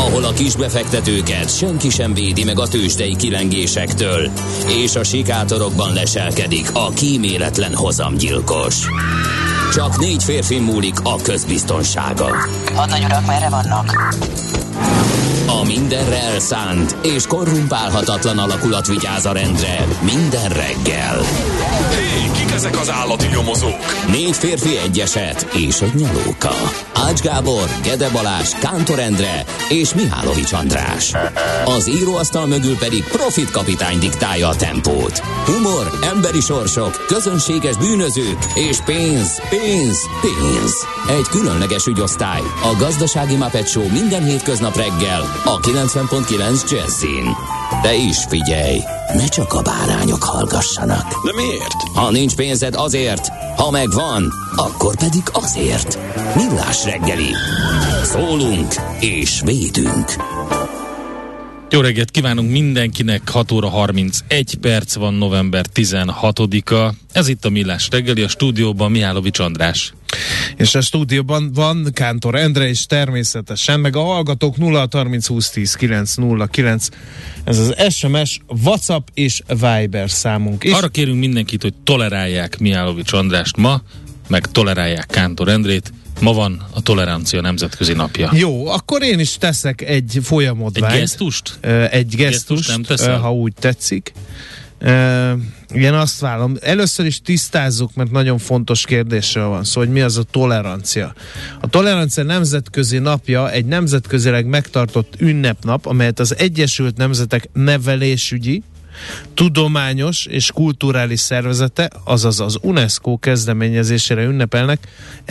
ahol a kisbefektetőket senki sem védi meg a tőzsdei kilengésektől, és a sikátorokban leselkedik a kíméletlen hozamgyilkos. Csak 4 férfi múlik a közbiztonsága. Hadnagy urak, merre vannak? A mindenre elszánt és korrumpálhatatlan alakulat vigyáz a rendre minden reggel. Hé, kik ezek az állati nyomozók? 4 férfi, egy eset és egy nyalóka. Ács Gábor, Gede Balázs, Kántor Endre és Mihálovics András. Az íróasztal mögül pedig Profit kapitány diktálja a tempót. Humor, emberi sorsok, közönséges bűnözők és pénz, pénz, pénz. Egy különleges ügyosztály, a Gazdasági Muppet Show minden hétköznap reggel a 90.9 Jazzin. De is figyelj, ne csak a bárányok hallgassanak. De miért? Ha nincs pénzed, azért, ha megvan, akkor pedig azért. Millás reggeli. Szólunk és védünk. Jó reggelt kívánunk mindenkinek, 6 óra 31 perc van, november 16-a. Ez itt a Millás reggeli, a stúdióban Mihálovics András. És a stúdióban van Kántor Endre, és természetesen, meg a hallgatók 030 20 10 909. Ez az SMS, WhatsApp és Viber számunk is. Arra kérünk mindenkit, hogy tolerálják Mihálovics Andrást ma, meg tolerálják Kántor Endrét. Ma van a Tolerancia Nemzetközi Napja. Jó, akkor én is teszek egy folyamodványt. Egy gesztust? Egy gesztust, nem teszel? ha úgy tetszik. Igen, azt vállom. Először is tisztázzuk, mert nagyon fontos kérdésről van szó, hogy mi az a tolerancia. A Tolerancia Nemzetközi Napja egy nemzetközileg megtartott ünnepnap, amelyet az Egyesült Nemzetek nevelésügyi, tudományos és kulturális szervezete, azaz az UNESCO kezdeményezésére ünnepelnek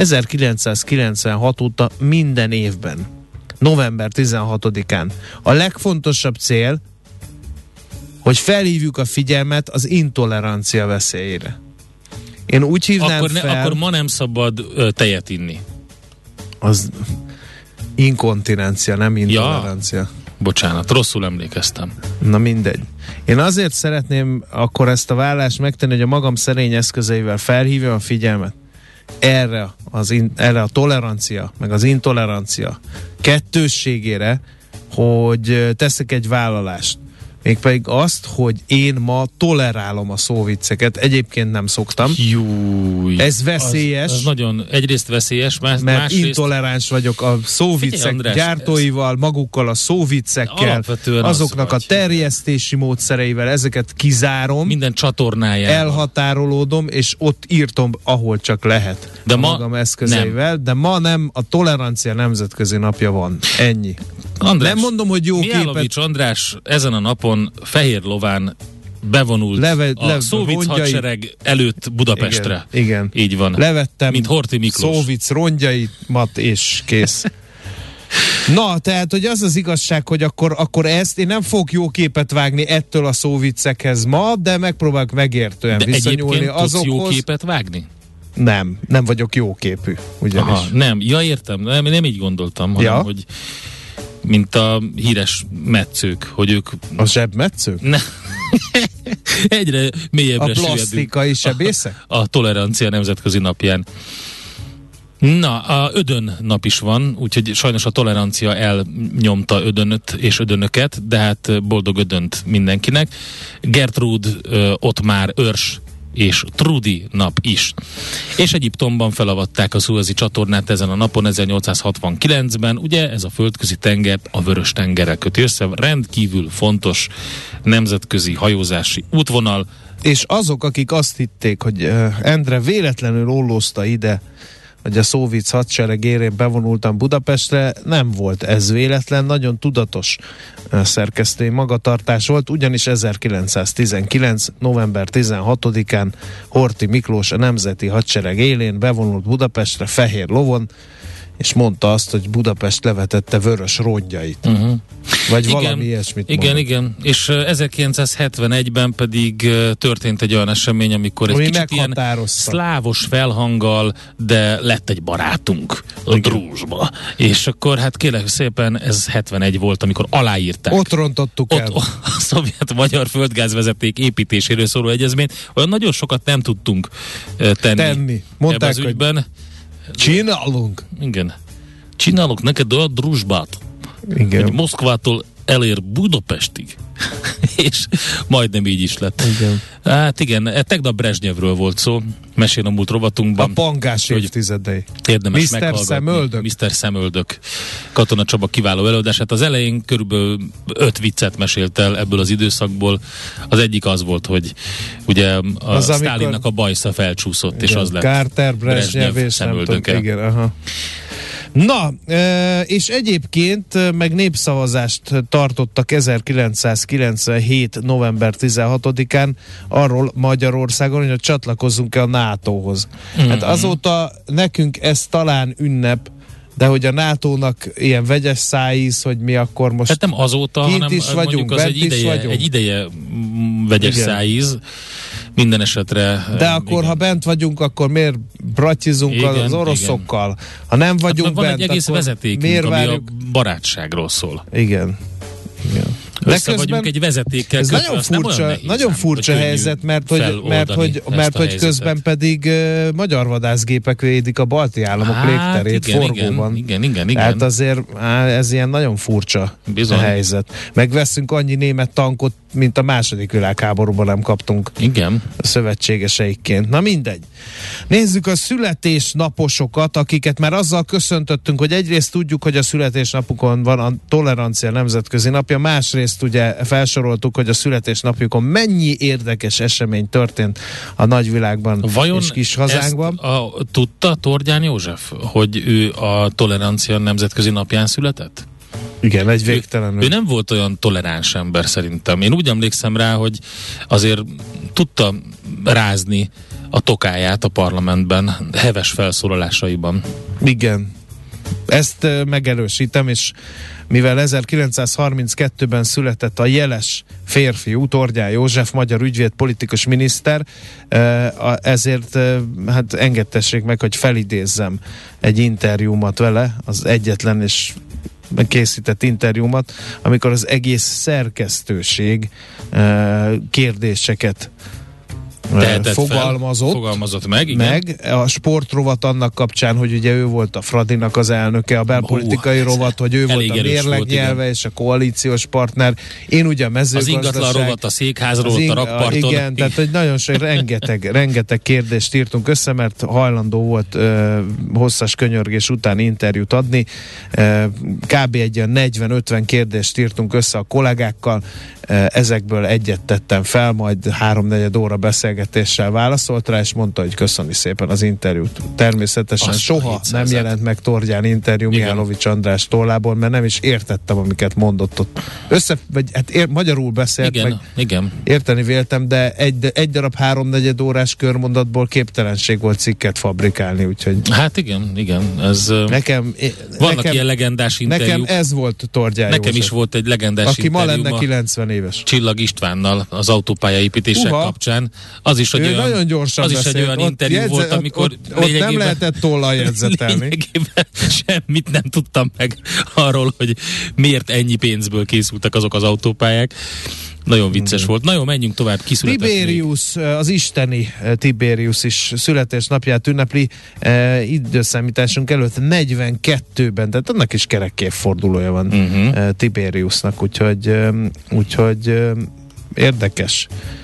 1996 óta minden évben, november 16-án. A legfontosabb cél, hogy felhívjuk a figyelmet az intolerancia veszélyére. Én úgy hívnám Akkor ma nem szabad tejet inni. Az inkontinencia, nem intolerancia. Ja. Bocsánat, rosszul emlékeztem. Na mindegy. Én azért szeretném akkor ezt a vállást megtenni, hogy a magam szerény eszközeivel felhívjam a figyelmet erre a tolerancia, meg az intolerancia kettősségére, hogy teszek egy vállalást. Mégpedig azt, hogy én ma tolerálom a szóvicceket. Egyébként nem szoktam. Júj, ez veszélyes. Az nagyon egyrészt veszélyes, mert másrészt... intoleráns vagyok a szóviccek András, gyártóival, magukkal a szóviccekkel, azoknak a terjesztési módszereivel, ezeket kizárom. Minden csatornájával. Elhatárolódom, és ott írtom, ahol csak lehet. De ma magam eszközeivel. nem. De ma nem, a Tolerancia Nemzetközi Napja van. Ennyi. András, nem mondom, hogy jó Mihálovics képet... András ezen a napon fehér lován bevonult a szóvic hadsereg előtt Budapestre. Igen. Így van. Levettem mint Horthy Miklós. szóvic rongyaimat, és kész. Na, tehát, hogy az az igazság, hogy akkor ezt, én nem fogok jó képet vágni ettől a szóviccekhez ma, de megpróbálok megértően viszonyulni azokhoz. De egyébként tudsz jó képet vágni? Nem vagyok jóképű, ugyanis. Aha, nem, ja értem, nem így gondoltam, hanem, hogy mint a híres metszők, hogy ők... A zsebmetszők? Ne. Egyre mélyebbre a plastikai sebészek? A Tolerancia Nemzetközi Napján. Na, a ödön nap is van, úgyhogy sajnos a tolerancia elnyomta ödönöt és ödönöket, de hát boldog ödönt mindenkinek. Gertrud, Ottmár, Örs és Trudi nap is. És Egyiptomban felavatták a Szuezi csatornát ezen a napon 1869-ben. Ugye ez a földközi tenger a Vörös tengerrel köti össze, rendkívül fontos nemzetközi hajózási útvonal. És azok, akik azt hitték, hogy Endre véletlenül ollózta ide, hogy a szóvic hadsereg érén bevonultam Budapestre, nem volt ez véletlen, nagyon tudatos szerkesztői magatartás volt, ugyanis 1919. november 16-án Horthy Miklós a Nemzeti Hadsereg élén bevonult Budapestre fehér lovon, és mondta azt, hogy Budapest levetette vörös rongyait. Vagy igen, valami ilyesmit mondott. Igen. És 1971-ben pedig történt egy olyan esemény, amikor egy kicsit ilyen szlávos felhanggal, de lett egy barátunk a Drúzsba. És akkor hát kérlek szépen, ez 71 volt, amikor aláírták. Ott rontottuk el. A szovjet-magyar földgázvezeték építéséről szóló egyezményt. Olyan nagyon sokat nem tudtunk tenni. Mondták, az ügyben. Csinálunk. Igen. Csinálunk neked a drúzsbát. Igen. Hogy Moszkvától elér Budapestig. És majdnem így is lett. Igen. Hát igen, tegnap Brezsnyevről volt szó, mesél a múlt rovatunkban. A pangás évtizedei. Érdemes Mr. meghallgatni. Szemöldök. Mr. Szemöldök. Katona Csaba kiváló előadását. Az elején körülbelül 5 viccet mesélt el ebből az időszakból. Az egyik az volt, hogy ugye a Sztálinnak a bajsza felcsúszott, igen, és az lett Carter, Brezsnyev és Szemöldöke. Igen, aha. Na, és egyébként meg népszavazást tartottak 1997. november 16-án arról Magyarországon, hogy csatlakozzunk-e a NATO-hoz. Hát azóta nekünk ez talán ünnep, de hogy a NATO-nak ilyen vegyes szájíz, hogy mi akkor most hát nem azóta, hanem is vagyunk, az egy ideje vegyes szájíz. Minden esetre... De akkor, igen, ha bent vagyunk, akkor miért brattyizunk, igen, az oroszokkal? Igen. Ha nem vagyunk hát, van bent, egy egész akkor vezetékünk, ami a barátságról szól. Igen. Össze vagyunk egy vezetékkel. Ez nagyon furcsa helyzet, mert hogy közben pedig magyar vadászgépek védik a balti államok légterét forgóban. Igen. Tehát azért ez ilyen nagyon furcsa helyzet. Megveszünk annyi német tankot, mint a második világháborúban nem kaptunk. Igen. Szövetségeseikként. Na mindegy. Nézzük a születésnaposokat, akiket már azzal köszöntöttünk, hogy egyrészt tudjuk, hogy a születésnapukon van a tolerancia nemzetközi napja, másrészt ugye felsoroltuk, hogy a születésnapjukon mennyi érdekes esemény történt a nagyvilágban és kis hazánkban. Tudta Tordján József, hogy ő a tolerancia nemzetközi napján született? Igen, egy végtelenül. Ő nem volt olyan toleráns ember szerintem. Én úgy emlékszem rá, hogy azért tudta rázni a tokáját a parlamentben, heves felszólalásaiban. Igen. Ezt megerősítem, és mivel 1932-ben született a jeles férfiú, Tordján József, magyar ügyvéd, politikus miniszter, ezért hát engedtessék meg, hogy felidézzem egy interjúmat vele, az egyetlen és készített interjúmat, amikor az egész szerkesztőség kérdéseket fogalmazott meg a sportrovat annak kapcsán, hogy ugye ő volt a Fradinak az elnöke, a belpolitikai rovat, hogy ő volt a mérlegnyelve és a koalíciós partner. Én ugye a mezőgazdaság. Az ingatlan rovat, a székházról, a rakparton. Igen, tehát hogy nagyon sok, rengeteg kérdést írtunk össze, mert hajlandó volt hosszas könyörgés után interjút adni. Kb. egy 40-50 kérdést írtunk össze a kollégákkal, ezekből egyet tettem fel, majd 3-4 óra beszélgetéssel válaszolt rá, és mondta, hogy köszöni szépen az interjút. Természetesen soha nem jelent meg Tordján interjú Mihálovics András tollából, mert nem is értettem, amiket mondott ott. Magyarul beszélt, igen. Érteni véltem, de egy darab 3-4 órás körmondatból képtelenség volt cikket fabrikálni, úgyhogy... Hát igen. Ez, vannak ilyen legendás interjúk. Nekem ez volt Tordján Nekem is volt egy legendás aki interjú. Aki ma lenne 90 éves. Csillag Istvánnal az autópályaépítések kapcsán. Az is, egy olyan interjú volt, amikor ott nem lehetett tollal jegyzetelni. Lényegében semmit nem tudtam meg arról, hogy miért ennyi pénzből készültek azok az autópályák. Nagyon vicces volt. Na jó, menjünk tovább. Tiberius, az isteni Tiberius is születésnapját ünnepli időszámításunk előtt 42-ben, tehát annak is kerek évfordulója van Tiberiusnak, úgyhogy érdekes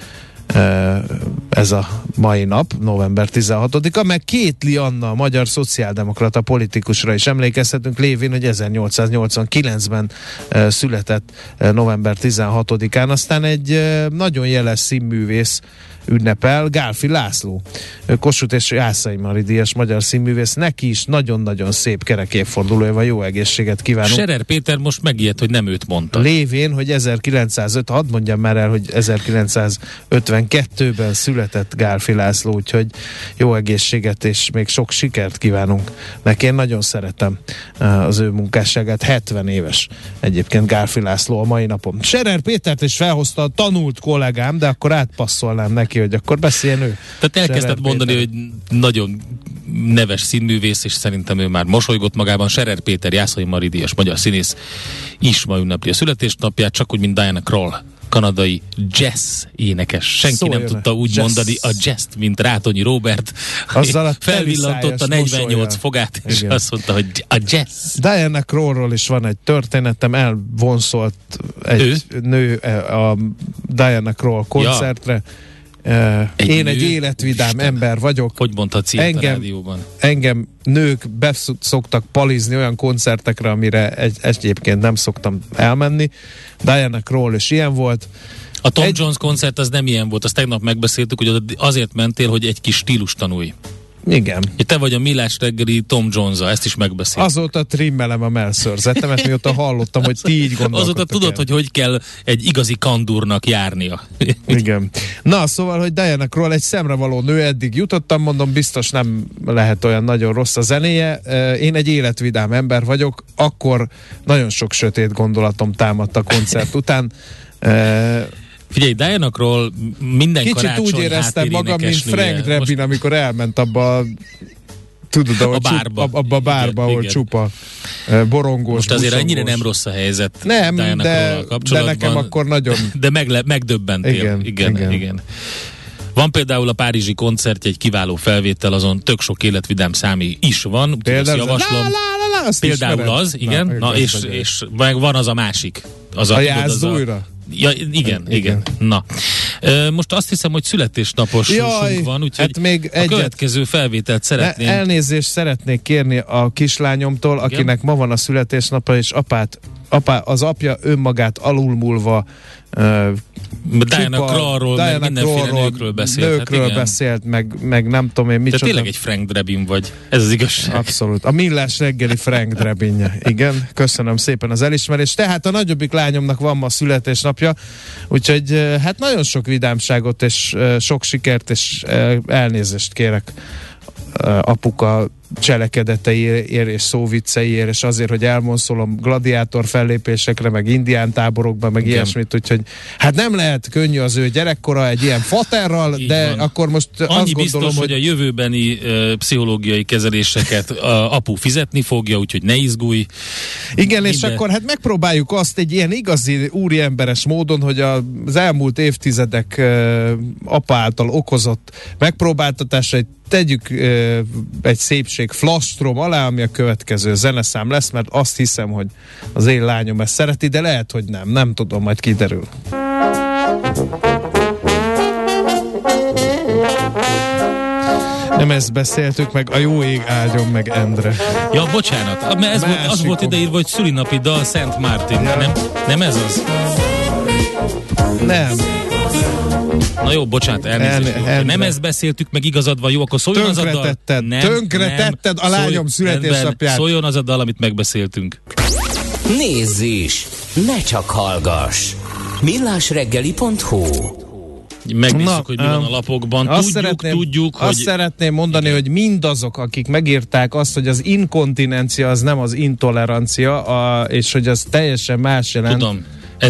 ez a mai nap, november 16-a, meg Kétli Anna, a magyar szociáldemokrata politikusra is emlékezhetünk, lévén, hogy 1889-ben született november 16-án, aztán egy nagyon jeles színművész ünnepel, Gálfi László, Kossuth és Jászai Mari díjas magyar színművész, neki is nagyon-nagyon szép kerek évfordulója van, jó egészséget kívánunk. Scherer Péter most megijedt, hogy nem őt mondta. Lévén, hogy 1905, hadd mondjam már el, hogy 1952-ben született Gálfi László, úgyhogy jó egészséget és még sok sikert kívánunk neki. Én nagyon szeretem az ő munkásságát, 70 éves egyébként Gálfi László a mai napon. Scherer Pétert is felhozta a tanult kollégám, de akkor átpasszolnám neki, hogy akkor beszéljen ő. Tehát elkezdett mondani, hogy nagyon neves színművész, és szerintem ő már mosolygott magában. Scherer Péter, Jászai Mari díjas magyar színész is ma ünnepli a születésnapját, csak úgy, mint Diana kanadai jazz énekes. Senki Szóljon nem tudta úgy jazz. mondani a jazzt, mint Rátonyi Róbert. Azzal a Felvillantotta teliszájas 48 mosollyal. fogát, és Igen. azt mondta, hogy a jazz. Diana Krallról is van egy történetem, elvonszolt egy nő a Diana Krall koncertre. Én egy életvidám Isten. ember vagyok. Hogy mondhatsz ilyet a rádióban? Engem nők szoktak palizni olyan koncertekre, amire egyébként nem szoktam elmenni. Diana Krall is ilyen volt. A Tom Jones koncert az nem ilyen volt, azt tegnap megbeszéltük, hogy azért mentél, hogy egy kis stílus tanulj. Igen. Te vagy a Millás reggeli Tom Jones-a, ezt is megbeszéltük. Azóta trimmelem a mellszörzetemet, mióta hallottam, hogy ti így gondolkodtok. Azóta tudod, hogy kell egy igazi kandúrnak járnia. Igen. Na, szóval, hogy Diana Krall egy szemrevaló nő, eddig jutottam, mondom, biztos nem lehet olyan nagyon rossz a zenéje. Én egy életvidám ember vagyok, akkor nagyon sok sötét gondolatom támadt a koncert után. Figyelj, Diana Krall minden Kicsit karácsony úgy éreztem magam, mint Frank Drebin, amikor elment abba tudod, a bárba. Abba a bárba, ahol igen. csupa borongós. Most azért buszongós. ennyire nem rossz a helyzet. Nem, Diana Krall-al de kapcsolatban. nekem akkor nagyon... De megdöbbentél. Igen. Van például a párizsi koncertje, egy kiváló felvétel, azon tök sok életvidám számi is van, úgyhogy ezt javaslom. Például ismered? az, igen, és meg van az a másik. Az a Jászújra? Ja, igen. Na. Most azt hiszem, hogy születésnapos van, úgyhogy hát még a következő felvételt szeretném. Elnézést szeretnék kérni a kislányomtól, igen? akinek ma van a születésnapja, és az apja önmagát alulmúlva Diana Krallról, meg mindenféle nőkről beszélt. Beszélt, meg nem tudom én micsoda. Te tényleg egy Frank Drebin vagy, ez az igazság. Abszolút. A Millás reggeli Frank Drebinje. Igen, köszönöm szépen az elismerést. Tehát a nagyobbik lányomnak van ma születésnapja, úgyhogy hát nagyon sok vidámságot és sok sikert, és elnézést kérek apuka cselekedeteiért és szóvicceiért, és azért, hogy elmonszolom gladiátor fellépésekre, meg indián táborokban, meg igen. ilyesmit, úgyhogy hát nem lehet könnyű az ő gyerekkora egy ilyen faterral, de van. Akkor most annyi azt biztos, gondolom, hogy a jövőbeni pszichológiai kezeléseket apu fizetni fogja, úgyhogy ne izgulj. Igen, és akkor hát megpróbáljuk azt egy ilyen igazi úriemberes módon, hogy az elmúlt évtizedek apa által okozott megpróbáltatásait tegyük egy szépség flastrom alá, ami a következő zeneszám lesz, mert azt hiszem, hogy az én lányom ezt szereti, de lehet, hogy nem tudom, majd kiderül. Nem ezt beszéltük meg, a jó ég áldjon meg Endre. Ja, bocsánat, mert az volt ideírva, hogy szülinapi dal Szent Mártin. Ja. Nem ez az? Nem. Na jó, bocsánat, elnézést. Nem ezt beszéltük, meg igazad van, jó, akkor szóljon az a dal. Tönkretetted a lányom születésnapját. Szóljon az a dal, amit megbeszéltünk. Nézz is! Ne csak hallgass! millásreggeli.hu Megnézzük, hogy mi van a lapokban. Tudjuk, hogy... Azt szeretném mondani, igen, hogy mindazok, akik megírták azt, hogy az inkontinencia az nem az intolerancia, és hogy az teljesen más jelent. Tudom.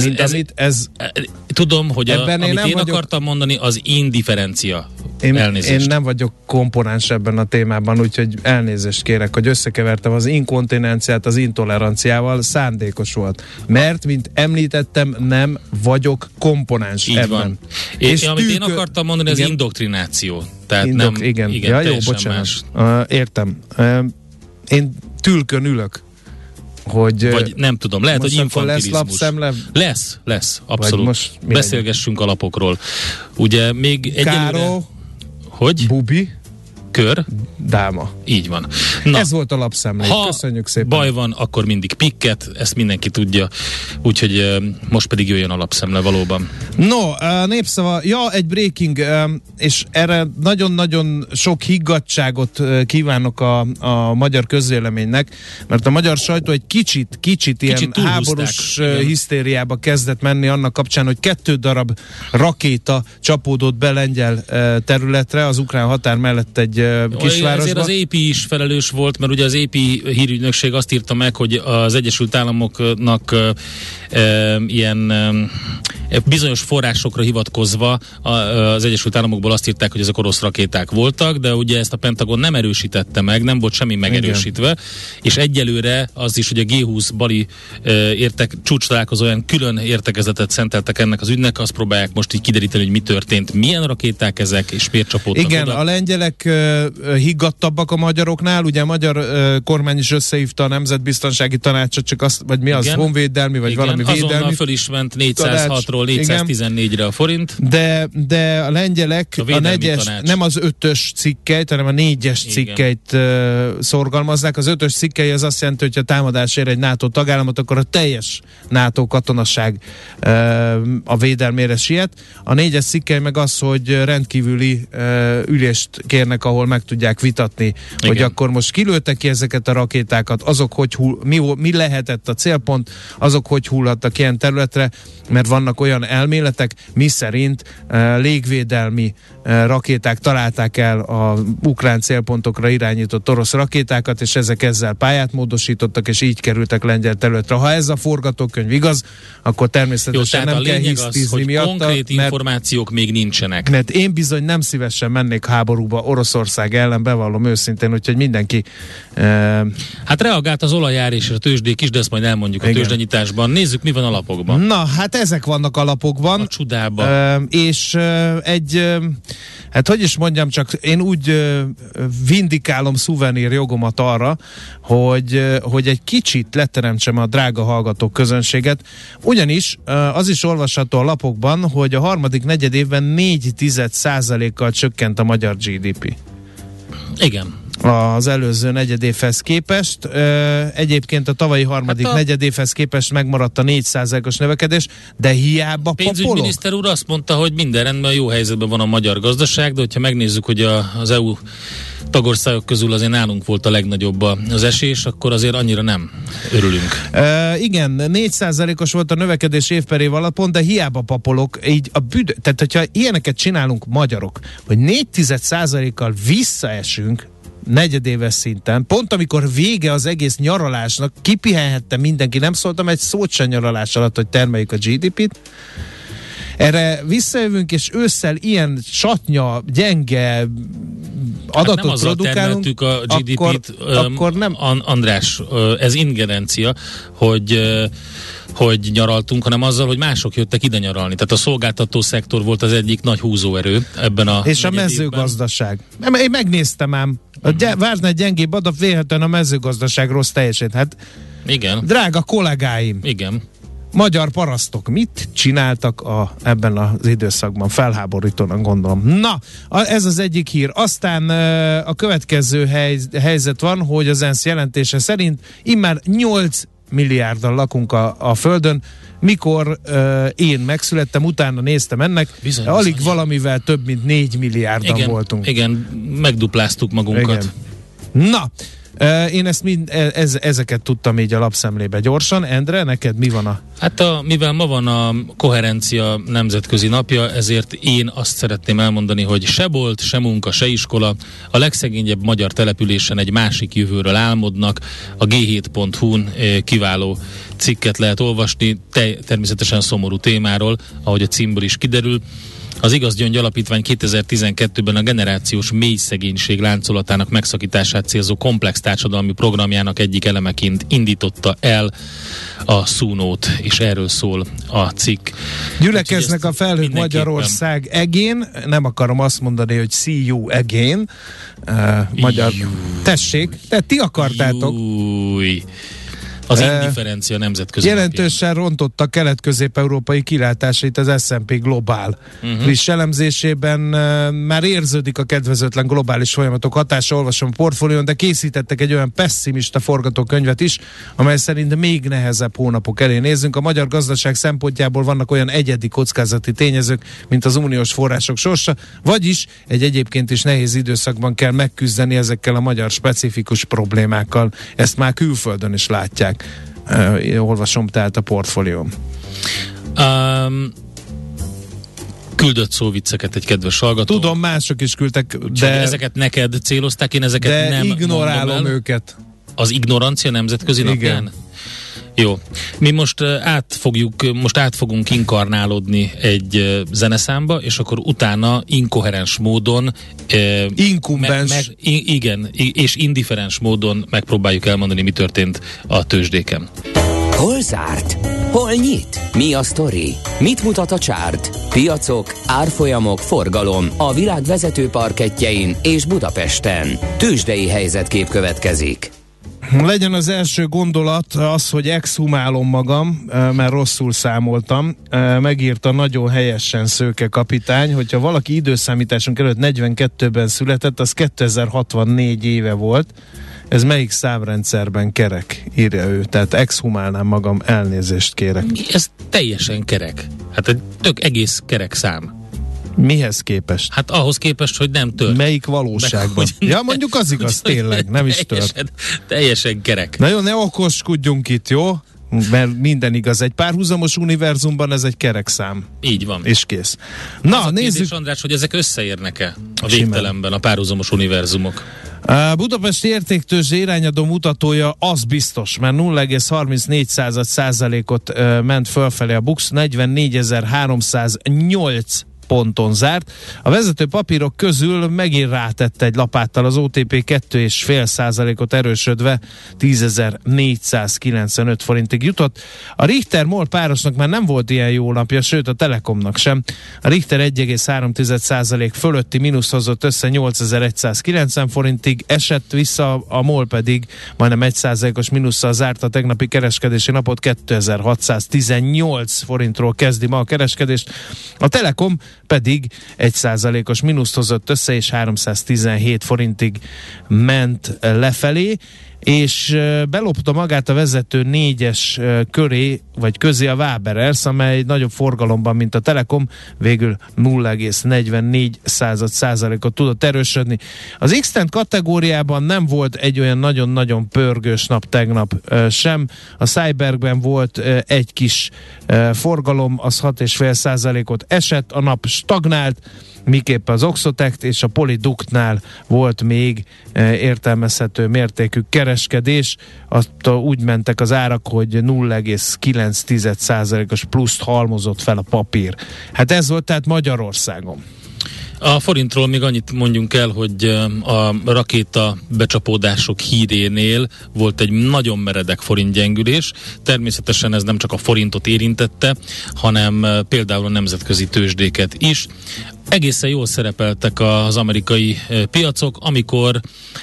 Tudom, hogy amit én akartam mondani, az indifferencia. Én nem vagyok komponens ebben a témában, úgyhogy elnézést kérek, hogy összekevertem az inkontinenciát az intoleranciával, szándékos volt. Mert, mint említettem, nem vagyok komponens így ebben. Van. És amit én akartam mondani, az indoktrináció. Tehát igen, ja, jó, bocsánat. Értem. Én tülkön ülök. Vagy nem tudom, lehet, hogy infantilizmus. Lesz, abszolút. Beszélgessünk a lapokról. Ugye még egyelőre... Hogy? Bubi. Kör. Dáma. Így van. Na, ez volt a lapszemlék. Köszönjük szépen. Baj van, akkor mindig pikket, ezt mindenki tudja. Úgyhogy most pedig jöjjön a lapszemle valóban. No, népszava, egy breaking, és erre nagyon-nagyon sok higgadtságot kívánok a magyar közvéleménynek, mert a magyar sajtó egy kicsit ilyen háborús hisztériába kezdett menni annak kapcsán, hogy 2 darab rakéta csapódott be lengyel területre, az ukrán határ mellett egy kisvárosba. Ezért az AP is felelős volt, mert ugye az AP hírügynökség azt írta meg, hogy az Egyesült Államoknak ilyen bizonyos forrásokra hivatkozva az Egyesült Államokból azt írták, hogy ezek orosz rakéták voltak, de ugye ezt a Pentagon nem erősítette meg, nem volt semmi megerősítve, igen. És egyelőre az is, hogy a G20 bali csúcs találkozóján külön értekezetet szenteltek ennek az ügynek, azt próbálják most így kideríteni, hogy mi történt, milyen rakéták ezek, és miért csapódtak igen, oda. A lengyelek higgadtabbak a magyaroknál, ugye a magyar kormány is összehívta a Nemzetbiztonsági Tanácsot, csak azt, vagy mi az, igen. Honvédelmi, vagy igen. valami védelmi. Azonnal föl is ment 406-ról 414-re a forint. De a lengyelek a negyes, nem az 5-ös cikkeit, hanem a 4-es cikkeit szorgalmazzák. Az 5-ös cikkei az azt jelenti, hogy ha támadás ér egy NATO tagállamot, akkor a teljes NATO katonaság a védelmére siet. A 4-es cikkei meg az, hogy rendkívüli ülést kérnek, ahol meg tudják vitatni, igen. hogy akkor most kilőttek ki ezeket a rakétákat, azok mi lehetett a célpont, azok hogy hullhattak ilyen területre, mert vannak olyan elméletek, miszerint légvédelmi rakéták találták el a ukrán célpontokra irányított orosz rakétákat, és ezek ezzel pályát módosítottak, és így kerültek lengyel területre. Ha ez a forgatókönyv igaz, akkor természetesen nem kell hisztizni miatta. Konkrét információk még nincsenek. Mert én bizony nem szívesen mennék háborúba Oroszország ellen, bevallom őszintén, úgyhogy mindenki... Hát reagált az olajár és a tőzsdék is, de ezt majd elmondjuk igen. a tőzsdenyításban. Nézzük, mi van a lapokban. Na, hát ezek vannak a lapokban. A csodában. És hát hogy is mondjam, csak én úgy vindikálom szuvenír jogomat arra, hogy egy kicsit leteremtsem a drága hallgatók közönséget, ugyanis az is olvasható a lapokban, hogy a harmadik negyedévben 0,4%-kal csökkent a magyar GDP. Igen. Az előző negyedévhez képest. Egyébként a tavalyi harmadik negyedévhez képest megmaradt a 4%-os növekedés, de hiába papolok. Pénzügyminiszter úr azt mondta, hogy minden rendben, jó helyzetben van a magyar gazdaság, de hogyha megnézzük, hogy az EU tagországok közül azért nálunk volt a legnagyobb az esés, akkor azért annyira nem örülünk. Igen, 4%-os volt a növekedés év per év alapon, de hiába papolok, így tehát hogyha ilyeneket csinálunk magyarok, hogy 4%-kal visszaesünk negyedéves szinten, pont amikor vége az egész nyaralásnak, kipihenhette mindenki, nem szóltam egy szót sem nyaralás alatt, hogy termeljük a GDP-t. Erre visszajövünk, és ősszel ilyen satnya, gyenge adatot hát produkálunk, a GDP-t, akkor nem. András, ez ingerencia, hogy nyaraltunk, hanem azzal, hogy mások jöttek ide nyaralni. Tehát a szolgáltató szektor volt az egyik nagy húzóerő ebben a és a mezőgazdaság. Én megnéztem ám. Várna egy gyengébb adat, véletlenül a mezőgazdaság rossz teljesít. Hát, igen. Drága kollégáim. Igen. Magyar parasztok mit csináltak ebben az időszakban? Felháborítóan gondolom. Na, ez az egyik hír. Aztán a következő helyzet van, hogy az ENSZ jelentése szerint immár 8 milliárdan lakunk a Földön. Mikor én megszülettem, utána néztem ennek, bizony, alig valamivel több mint 4 milliárdan voltunk. Igen, megdupláztuk magunkat. Igen. Na, én ezeket tudtam így a lapszemlébe gyorsan. Endre, neked mi van Hát mivel ma van a Koherencia Nemzetközi Napja, ezért én azt szeretném elmondani, hogy se bolt, se munka, se iskola, a legszegényebb magyar településen egy másik jövőről álmodnak. A g7.hu-n kiváló cikket lehet olvasni, természetesen szomorú témáról, ahogy a címből is kiderül. Az Igaz Gyöngy Alapítvány 2012-ben a generációs mély szegénység láncolatának megszakítását célzó komplex társadalmi programjának egyik elemeként indította el a Szúnót, és erről szól a cikk. Gyülekeznek a felhők Magyarország egén, nem akarom azt mondani, hogy see you again, magyar. Tessék, tehát ti akartátok. Az indifferencia nemzetközi jelentősen napján rontotta kelet-közép-európai kilátásait az S&P Global friss elemzésében. Már érződik a kedvezőtlen globális folyamatok hatása, olvasom a portfólión, de készítettek egy olyan pessimista forgatókönyvet is, amely szerint még nehezebb hónapok elé nézzünk. A magyar gazdaság szempontjából vannak olyan egyedi kockázati tényezők, mint az uniós források sorsa, vagyis egy egyébként is nehéz időszakban kell megküzdeni ezekkel a magyar specifikus problémákkal. Ezt már külföldön is látják. Olvasom tehát a portfólióm. Küldött szóvicceket egy kedves hallgató. Tudom, mások is küldtek, de ezeket neked célozták, én ezeket nem ignorálom őket. Az ignorancia nemzetközi napján? Jó. Mi most át fogunk inkarnálódni egy zeneszámba, és akkor utána inkoherens módon Inkumbens. igen, és indiferens módon megpróbáljuk elmondani, mi történt a tőzsdéken. Hol zárt? Hol nyit? Mi a sztori? Mit mutat a csárt? Piacok, árfolyamok, forgalom a világ vezető parkettjein és Budapesten. Tőzsdei helyzetkép következik. Legyen az első gondolat az, hogy exhumálom magam, mert rosszul számoltam. Megírta nagyon helyesen Szőke kapitány, hogyha valaki időszámításunk előtt 42-ben született, az 2064 éve volt. Ez melyik számrendszerben kerek, írja ő. Tehát exhumálnám magam, elnézést kérek. Ez teljesen kerek. Hát egy tök egész kerek szám. Mihez képest? Hát ahhoz képest, hogy nem tört. Melyik valóságban? Ja, mondjuk az igaz, tényleg, nem is tört. Teljesen kerek. Na jó, ne okoskodjunk itt, jó? Mert minden igaz. Egy párhuzamos univerzumban ez egy kerekszám. Így van. És kész. Na, az nézzük. Kérdés, András, hogy ezek összeérnek-e a végtelenben, a párhuzamos univerzumok? A budapesti értéktőzsde irányadó mutatója az biztos, mert 0,34%-ot ment fölfelé a BUX, 44.308 ponton zárt. A vezető papírok közül megint rátette egy lapáttal az OTP 2,5%-ot erősödve 10.495 forintig jutott. A Richter MOL párosnak már nem volt ilyen jó napja, sőt a Telekomnak sem. A Richter 1,3% fölötti mínusz hozott össze 8.190 forintig, esett vissza, a MOL pedig majdnem 1%-os mínusszal zárt a tegnapi kereskedési napot, 2618 forintról kezdi ma a kereskedést. A Telekom pedig 1%-os mínuszt hozott össze, és 317 forintig ment lefelé, és belopta magát a vezető 4-es köré, vagy közé a Waberers, amely nagyobb forgalomban, mint a Telekom, végül 0,44%-ot tudott erősödni. Az X-Tent kategóriában nem volt egy olyan nagyon-nagyon pörgős nap tegnap sem. A Cybergben volt egy kis forgalom, az 6,5%-ot esett, a nap stagnált, miképp az Oxotect és a Polyductnál volt még értelmezhető mértékű kereskedés. Attól úgy mentek az árak, hogy 0,9%-os pluszt halmozott fel a papír. Hát ez volt tehát Magyarországon. A forintról még annyit mondjunk el, hogy a rakéta becsapódások hírénél volt egy nagyon meredek forintgyengülés. Természetesen ez nem csak a forintot érintette, hanem például a nemzetközi tőzsdéket is. Egészen jól szerepeltek az amerikai piacok, amikor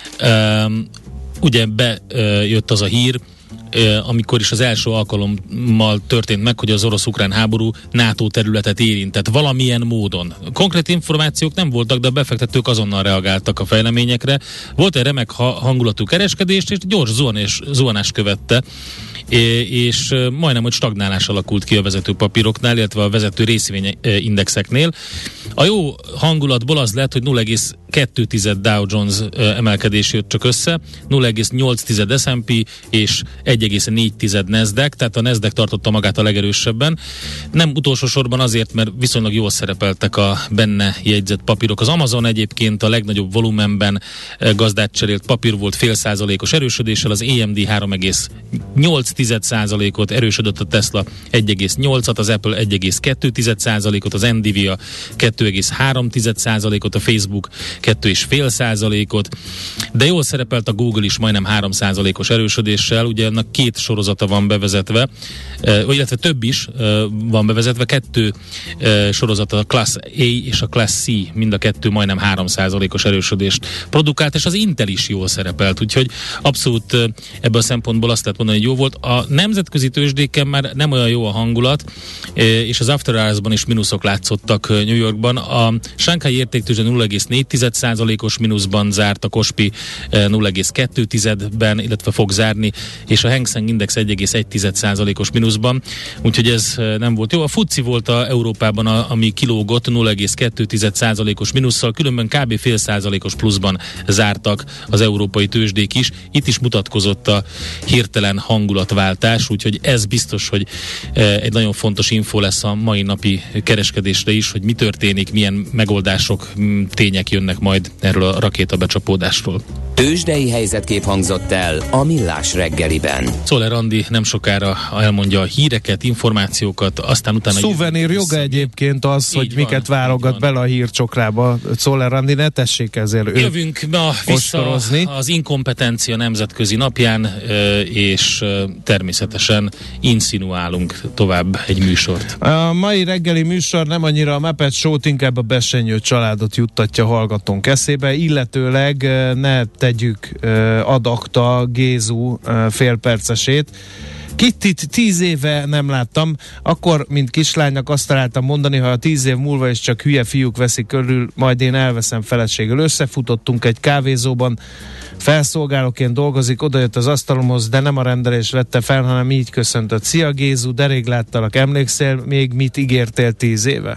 ugye bejött az a hír, amikor is az első alkalommal történt meg, hogy az orosz-ukrán háború NATO területet érintett valamilyen módon. Konkrét információk nem voltak, de a befektetők azonnal reagáltak a fejleményekre. Volt egy remek hangulatú kereskedés, és gyors zuhanás követte, és majdnem, hogy stagnálás alakult ki a vezető papíroknál, illetve a vezető részvényindexeknél. A jó hangulatból az lett, hogy 0,2 Dow Jones emelkedés jött csak össze, 0,8 S&P és 1,4 Nasdaq, tehát a Nasdaq tartotta magát a legerősebben. Nem utolsó sorban azért, mert viszonylag jól szerepeltek a benne jegyzett papírok. Az Amazon egyébként a legnagyobb volumenben gazdát cserélt papír volt, 0,5%-os erősödéssel, az AMD 3,8%-ot erősödött, a Tesla 1,8-at, az Apple 1,2%-ot, az Nvidia 2,3%-ot, a Facebook 2,5%-ot, de jól szerepelt a Google is majdnem 3%-os erősödéssel, ugye ennek két sorozata van bevezetve, illetve több is van bevezetve, kettő sorozata, a Class A és a Class C, mind a kettő majdnem 3%-os erősödést produkált, és az Intel is jól szerepelt, úgyhogy abszolút ebből a szempontból azt lehet mondani, hogy jó volt. A nemzetközi tőzsdéken már nem olyan jó a hangulat, és az After Hours-ban is mínuszok látszottak New Yorkban. A Shanghai értéktőzsde 0,4%-os mínuszban zárt, a Kospi 0,2-ben, illetve fog zárni, és a Hang Seng Index 1,1%-os mínuszban, úgyhogy ez nem volt jó. A FTSE volt Európában, ami kilógott 0,2%-os mínusszal, különben kb. 0,5%-os pluszban zártak az európai tőzsdék is. Itt is mutatkozott a hirtelen hangulat áramlatváltás, úgyhogy ez biztos, hogy egy nagyon fontos info lesz a mai napi kereskedésre is, hogy mi történik, milyen megoldások, tények jönnek majd erről a rakétabecsapódásról. Tőzsdei helyzetkép hangzott el a Millás reggeliben. Czoller Andi nem sokára elmondja a híreket, információkat, aztán utána... Szuvenír joga egyébként az, hogy miket válogat bele a hírcsokrába. Czoller Andi, ne tessék ezért jövünk ma vissza az inkompetencia nemzetközi napján, és természetesen insinuálunk tovább egy műsort. A mai reggeli műsor nem annyira a Muppet Show-t, inkább a Besenyő családot juttatja hallgatónk eszébe, illetőleg ne tegyük ad acta Gézu félpercesét. Kittit 10 éve nem láttam, akkor, mint kislánynak azt találtam mondani, ha a 10 év múlva is csak hülye fiúk veszik körül, majd én elveszem feleségül. Összefutottunk egy kávézóban, felszolgálóként dolgozik, odajött az asztalomhoz, de nem a rendelés vette fel, hanem így köszöntött. Szia Gézu, de rég láttalak, emlékszel még mit ígértél 10 éve?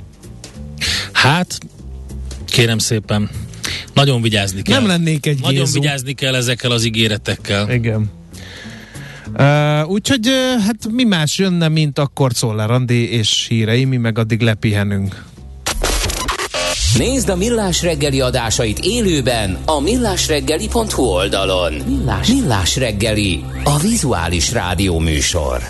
Hát, kérem szépen, nagyon vigyázni kell. Nem lennék egy Nagyon Gézu. vigyázni kell ezekkel az ígéretekkel. Igen. Úgyhogy hát mi más jönne, mint akkor Czoller Andi és hírei, mi meg addig lepihenünk. Nézd a Millás reggeli adásait élőben a millásreggeli.hu oldalon. Millás reggeli, a vizuális rádió műsor.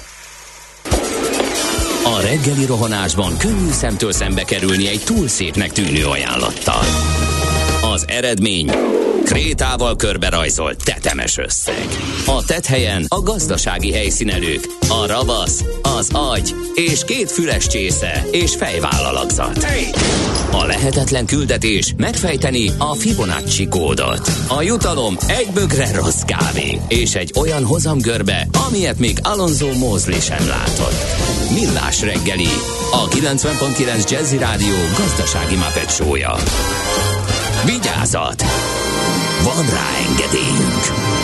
A reggeli rohanásban könnyű szemtől szembe kerülni egy túl szépnek tűnő ajánlattal. Az eredmény krétával körberajzolt tetemes összeg. A tetthelyen a gazdasági helyszínelők, a ravasz, az agy és 2 füles csésze és fejvállalakzat. A lehetetlen küldetés megfejteni a Fibonacci kódot. A jutalom egy bögre rossz kávé és egy olyan hozamgörbe, amilyet még Alonso Mosley sem látott. Millás reggeli, a 90.9 Jazzy Rádió gazdasági Muppet Show-ja. Vigyázat! Van rá engedélyünk!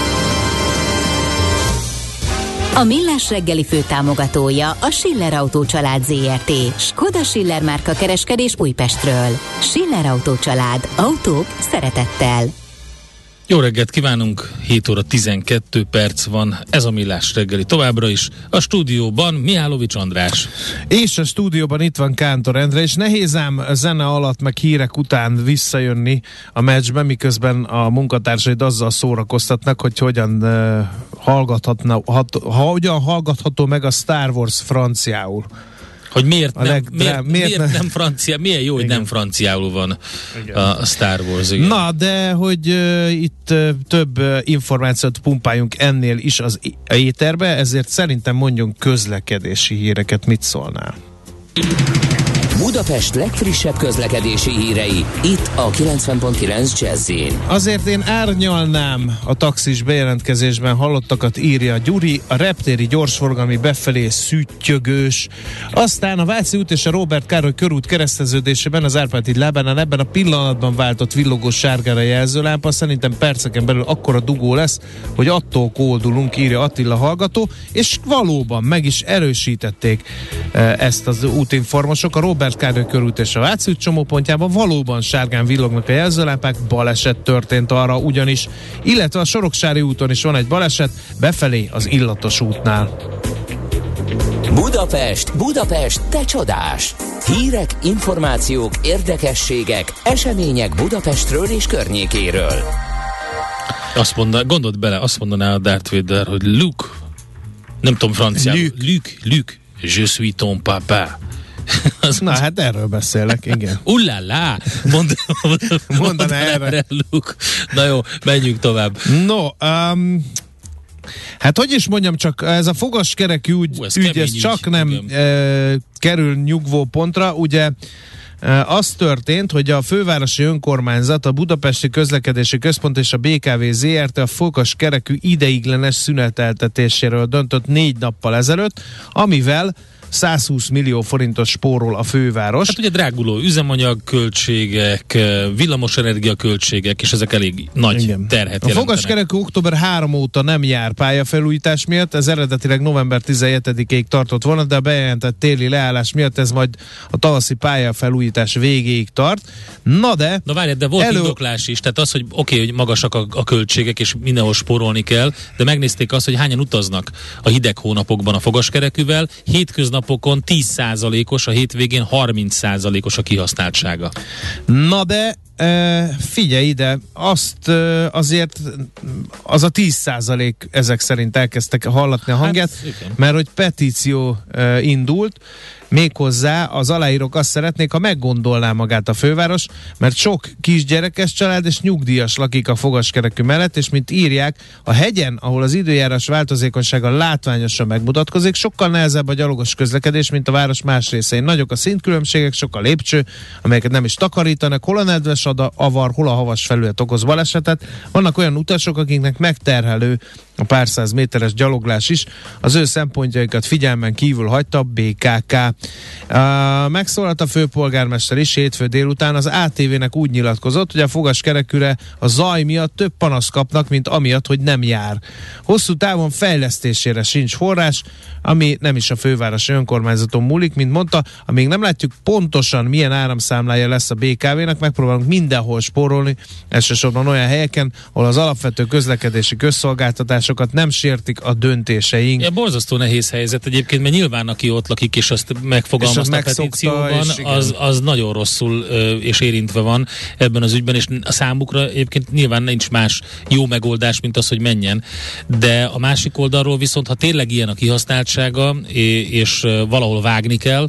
A Millás reggeli főtámogatója a Schiller Autó család ZRT. Skoda Schiller márka kereskedés Újpestről. Schiller Autó család. Autók szeretettel. Jó reggelt kívánunk, 7 óra 12 perc van, ez a Millás reggeli továbbra is. A stúdióban Mihálovics András. És a stúdióban itt van Kántor Endre, és nehéz ám zene alatt meg hírek után visszajönni a meccsbe, miközben a munkatársaid azzal szórakoztatnak, hogy hogyan hallgatható meg a Star Wars franciául. Hogy miért nem francia, milyen jó, hogy nem franciául van a Star Wars. Igen. Na, de hogy itt több információt pumpáljunk ennél is az éterbe, ezért szerintem mondjunk közlekedési híreket, mit szólnál? Budapest legfrissebb közlekedési hírei, itt a 90.9 Jazz-in. Azért én árnyalnám a taxis bejelentkezésben hallottakat, írja Gyuri, a reptéri gyorsforgalmi befelé szüttyögős. Aztán a Váci út és a Róbert Károly körút kereszteződésében az Árpád híd lábánál ebben a pillanatban váltott villogó sárgára jelzőlámpa, szerintem perceken belül akkora dugó lesz, hogy attól kódulunk, írja Attila hallgató, és valóban meg is erősítették ezt az útinformosok. A Róbert Károly körút és a Váci út csomópontjában valóban sárgán villognak a jelzőlámpák, baleset történt arra ugyanis, illetve a Soroksári úton is van egy baleset, befelé az Illatos útnál. Budapest, te csodás! Hírek, információk, érdekességek, események Budapestről és környékéről. Gondold bele, azt mondaná a Darth Vader, hogy Luke, nem tudom franciául, Luke, je suis ton papa. Na hát erről beszélek, igen. Ullala! Mondaná erre Luke. Na jó, menjünk tovább. No, hát hogy is mondjam, csak ez a fogaskerekű ügy, ez csak nem kerül nyugvó pontra, ugye az történt, hogy a fővárosi önkormányzat, a Budapesti Közlekedési Központ és a BKV ZRT a fogaskerekű ideiglenes szüneteltetéséről döntött 4 nappal ezelőtt, amivel 120 millió forintos spórol a főváros. Hát ugye dráguló üzemanyagköltségek, villamosenergia költségek, és ezek elég nagy terhet jelentenek. A fogaskerekű október 3 óta nem jár pályafelújítás miatt, ez eredetileg november 17-ig tartott volna, de a bejelentett téli leállás miatt ez majd a tavaszi pályafelújítás végéig tart. Na várjad, de volt indoklás is, tehát az, hogy oké, hogy magasak a költségek, és mindenhol spórolni kell, de megnézték azt, hogy hányan utaznak a hideg hónapokban a fogaskerekűvel, hétköznapokon 10%-os, a hétvégén 30%-os a kihasználtsága. Na de figyelj ide, azt azért az a 10% ezek szerint elkezdtek hallatni a hangját, mert hogy petíció indult, méghozzá az aláírók azt szeretnék, ha meggondolná magát a főváros, mert sok kisgyerekes család és nyugdíjas lakik a fogaskerekű mellett, és mint írják, a hegyen, ahol az időjárás változékonysága látványosan megmutatkozik, sokkal nehezebb a gyalogos közlekedés, mint a város más részein. Nagyok a szintkülönbségek, sok a lépcső, amelyeket nem is takarítanak, hol a nedves avar, hol a havas felület okoz balesetet. Vannak olyan utasok, akiknek megterhelő a pár száz méteres gyaloglás is. Az ő szempontjaikat figyelmen kívül hagyta a BKK. Megszólalt a főpolgármester is hétfő délután, az ATV-nek úgy nyilatkozott, hogy a fogaskerekűre a zaj miatt több panaszt kapnak, mint amiatt, hogy nem jár. Hosszú távon fejlesztésére sincs forrás, ami nem is a fővárosi önkormányzaton múlik, mint mondta, amíg nem látjuk pontosan milyen áramszámlája lesz a BKV-nek, megpróbálunk mindenhol spórolni, elsősorban olyan helyeken, ahol az alapvető közlekedési közszolgáltatásokat nem sértik a döntéseink. Ja, borzasztó nehéz helyzet egyébként, mert nyilván aki ott lakik, és azt megfogalmazta a petícióban, az nagyon rosszul és érintve van ebben az ügyben, és a számukra egyébként nyilván nincs más jó megoldás, mint az, hogy menjen. De a másik oldalról viszont, ha tényleg ilyen a kihasználtsága, és valahol vágni kell,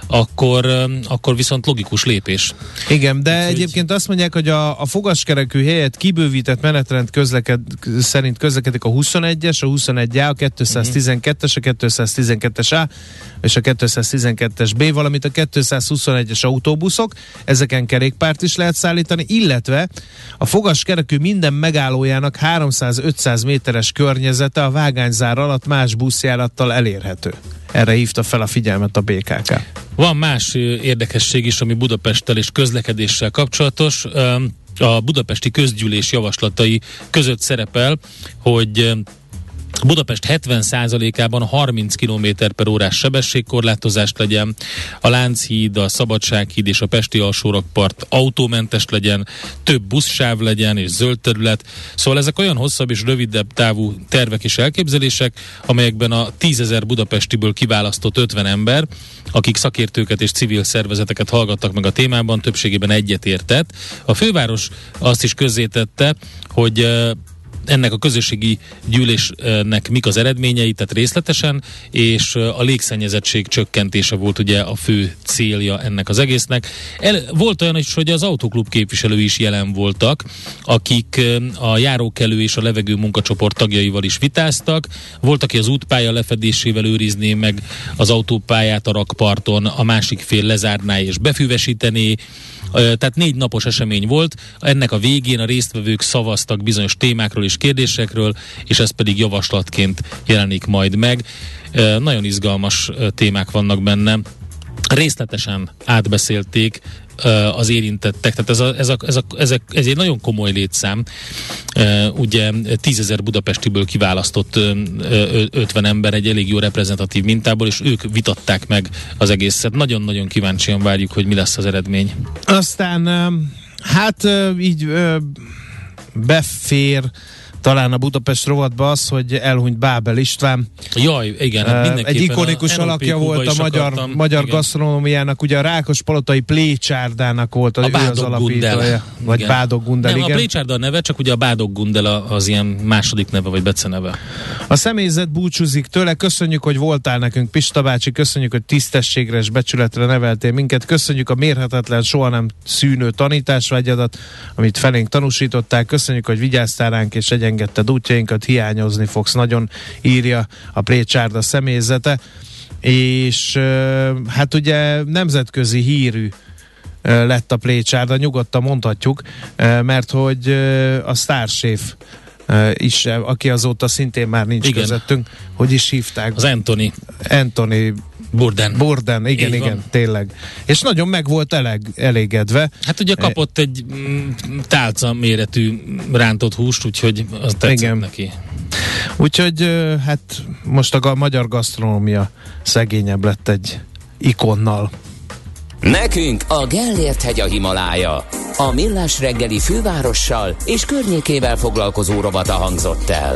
akkor viszont logikus lépés. Igen, de egyébként azt mondják, hogy a fogaskerekű helyett kibővített menetrend szerint közlekedik a 21-es, a 21A, a 212-es, a 212-es A és a 212-es B, valamint a 221-es autóbuszok, ezeken kerékpárt is lehet szállítani, illetve a fogaskerekű minden megállójának 300-500 méteres környezete a vágányzár alatt más buszjárattal elérhető. Erre hívta fel a figyelmet a BKK. Van más érdekesség is, ami Budapesttel és közlekedéssel kapcsolatos. A budapesti közgyűlés javaslatai között szerepel, hogy Budapest 70%-ában 30 km/órás sebességkorlátozást legyen, a Lánchíd, a Szabadsághíd és a Pesti alsórakpart autómentes legyen, több buszsáv legyen és zöld terület. Szóval ezek olyan hosszabb és rövidebb távú tervek és elképzelések, amelyekben a 10 000 budapestiből kiválasztott 50 ember, akik szakértőket és civil szervezeteket hallgattak meg a témában, többségében egyetértett. A főváros azt is közzétette, hogy ennek a közösségi gyűlésnek mik az eredményei, tehát részletesen, és a légszennyezettség csökkentése volt ugye a fő célja ennek az egésznek. Volt olyan is, hogy az autóklub képviselői is jelen voltak, akik a járókelő és a levegő munkacsoport tagjaival is vitáztak. Volt, aki az útpálya lefedésével őrizné meg az autópályát a rakparton, a másik fél lezárná és befüvesítené. Tehát 4 napos esemény volt, ennek a végén a résztvevők szavaztak bizonyos témákról és kérdésekről, és ez pedig javaslatként jelenik majd meg. Nagyon izgalmas témák vannak benne. Részletesen átbeszélték az érintettek, tehát ez egy nagyon komoly létszám. Ugye 10 000 budapestiből kiválasztott 50 ember egy elég jó reprezentatív mintából, és ők vitatták meg az egészet. Nagyon-nagyon kíváncsian várjuk, hogy mi lesz az eredmény. Aztán hát így befér talán a Budapest rovatba az, hogy elhunyt Bábel István. Jaj, igen. Egy ikonikus alakja volt a magyar gasztronómiának, ugye a Rákospalotai Plécsárdának volt az alapítója. Vagy Bádog Gundel, nem, igen. A Plécsárda a neve, csak ugye a Bádog Gundel az ilyen második neve, vagy beceneve. A személyzet búcsúzik tőle, köszönjük, hogy voltál nekünk, Pista bácsi, köszönjük, hogy tisztességre és becsületre neveltél minket, köszönjük a mérhetetlen, soha nem szűnő tanításvágyadat, amit felénk tanúsítottál, köszönjük, hogy vigyáztál ránk és engedted útjainkat, hiányozni fogsz, nagyon írja a Plécsárda személyzete, és hát ugye nemzetközi hírű lett a Plécsárda, nyugodtan mondhatjuk, mert hogy a sztárséf is, aki azóta szintén már nincs közöttünk, hogy is hívták? Az Anthony Burden, igen, tényleg. És nagyon meg volt elégedve. Hát ugye kapott egy tálca méretű rántott húst, úgyhogy az tetszett neki. Úgyhogy hát most a magyar gasztronómia szegényebb lett egy ikonnal. Nekünk a Gellért-hegy a Himalája. A Millás reggeli fővárossal és környékével foglalkozó rovata hangzott el.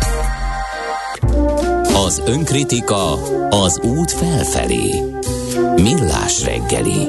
Az önkritika az út felfelé. Millás reggeli.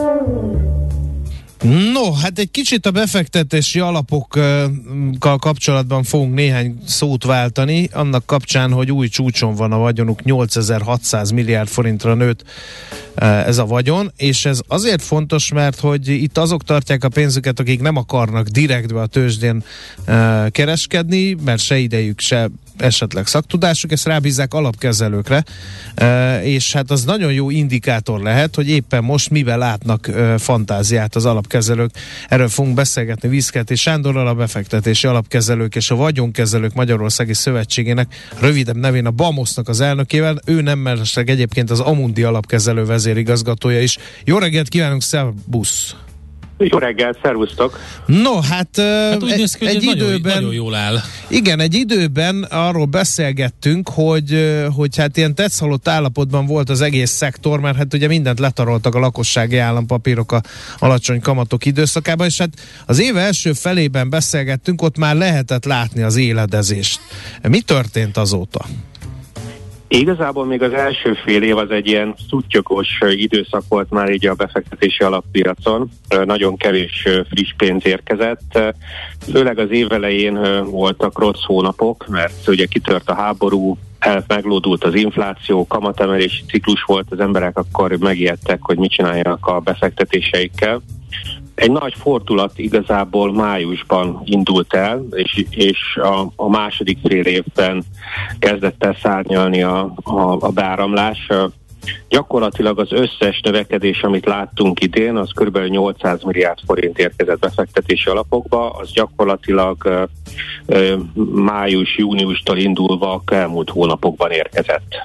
No, hát egy kicsit a befektetési alapokkal kapcsolatban fogunk néhány szót váltani, annak kapcsán, hogy új csúcson van a vagyonuk, 8600 milliárd forintra nőtt ez a vagyon, és ez azért fontos, mert hogy itt azok tartják a pénzüket, akik nem akarnak direktbe a tőzsdén kereskedni, mert se idejük, se esetleg szaktudásuk, ezt rábízzák alapkezelőkre, és hát az nagyon jó indikátor lehet, hogy éppen most miben látnak fantáziát az alapkezelők. Erről fogunk beszélgetni Viszketi Sándorral, a befektetési alapkezelők és a vagyonkezelők Magyarországi Szövetségének, rövidebb nevén a BAMOS-nak az elnökével. Ő nem mellesleg egyébként az Amundi alapkezelő vezérigazgatója is. Jó reggelt kívánunk, szervusz! Jó reggelt, szervusztok! No, hát úgy néz ki, egy időben nagyon jól áll. Igen, egy időben arról beszélgettünk, hogy hát ilyen tetszhalott állapotban volt az egész szektor, mert hát ugye mindent letaroltak a lakossági állampapírok a alacsony kamatok időszakában, és hát az év első felében beszélgettünk, ott már lehetett látni az éledezést. Mi történt azóta? Igazából még az első fél év az egy ilyen szuttyogós időszak volt már így a befektetési alappiacon. Nagyon kevés friss pénz érkezett. Főleg az év elején voltak rossz hónapok, mert ugye kitört a háború, meglódult az infláció, kamatemelési ciklus volt, az emberek akkor megijedtek, hogy mit csináljanak a befektetéseikkel. Egy nagy fordulat igazából májusban indult el, és a második fél évben kezdett el szárnyalni a beáramlás. Gyakorlatilag az összes növekedés, amit láttunk idén, az kb. 800 milliárd forint érkezett befektetési alapokba, az gyakorlatilag május-júniustól indulva a elmúlt hónapokban érkezett.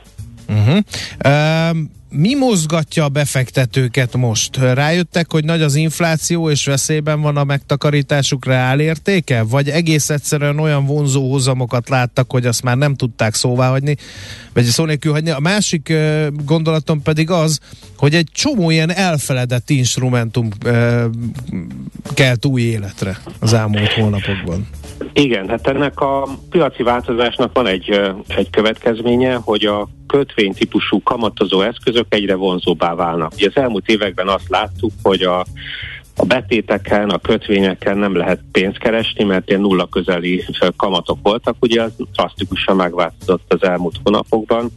Mi mozgatja a befektetőket most? Rájöttek, hogy nagy az infláció és veszélyben van a megtakarításuk reálértéke? Vagy egész egyszerűen olyan vonzó hozamokat láttak, hogy azt már nem tudták szóvá hagyni, vagy szó nélkül hagyni? A másik gondolatom pedig az, hogy egy csomó ilyen elfeledett instrumentum kelt új életre az elmúlt hónapokban. Igen, hát ennek a piaci változásnak van egy következménye, hogy a kötvénytípusú kamatozó eszközök egyre vonzóbbá válnak. Ugye az elmúlt években azt láttuk, hogy a betéteken, a kötvényeken nem lehet pénzt keresni, mert ilyen nulla közeli kamatok voltak. Ugye az drasztikusan megváltozott az elmúlt hónapokban.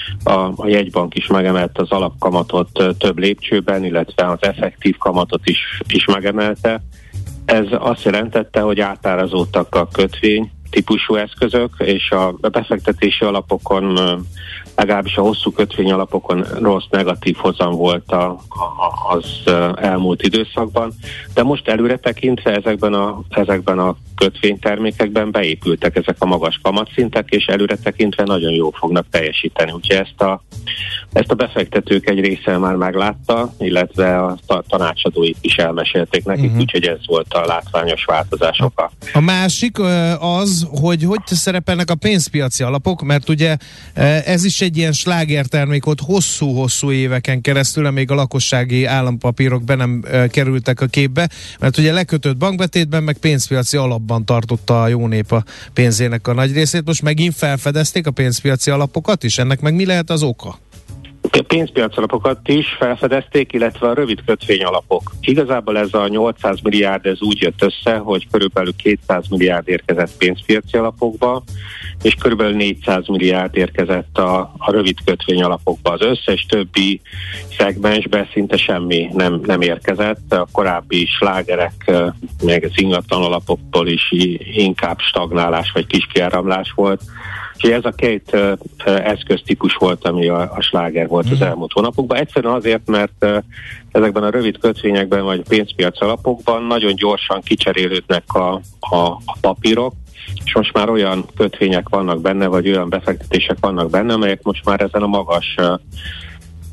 A jegybank is megemelte az alapkamatot több lépcsőben, illetve az effektív kamatot is megemelte. Ez azt jelentette, hogy átárazódtak a kötvény típusú eszközök, és a befektetési alapokon, legalábbis a hosszú kötvény alapokon rossz negatív hozam volt az elmúlt időszakban, de most előre tekintve ezekben a kötvénytermékekben beépültek ezek a magas kamatszintek, és előre tekintve nagyon jól fognak teljesíteni. Úgyhogy ezt a befektetők egy része már meglátta, illetve a tanácsadóik is elmesélték nekik, úgyhogy ez volt a látványos változások. A másik az, hogy szerepelnek a pénzpiaci alapok, mert ugye ez is egy ilyen slágertermék volt hosszú-hosszú éveken keresztül, amíg a lakossági állampapírok be nem kerültek a képbe, mert ugye lekötött bankbetétben, meg pénzpiaci alapban tartotta a jó nép a pénzének a nagy részét. Most megint felfedezték a pénzpiaci alapokat is? Ennek meg mi lehet az oka? A pénzpiaci alapokat is felfedezték, illetve a rövid kötvény alapok. Igazából ez a 800 milliárd ez úgy jött össze, hogy körülbelül 200 milliárd érkezett pénzpiaci alapokba, és körülbelül 400 milliárd érkezett a rövid kötvény alapokba. Az összes többi szegmensbe szinte semmi nem érkezett. A korábbi slágerek, még az ingatlan alapokból is inkább stagnálás vagy kiskiáramlás volt. Úgyhogy ez a két eszköztípus volt, ami a sláger volt az elmúlt hónapokban. Egyszerűen azért, mert ezekben a rövid kötvényekben vagy pénzpiac alapokban nagyon gyorsan kicserélődnek a papírok, és most már olyan kötvények vannak benne, vagy olyan befektetések vannak benne, amelyek most már ezen a magas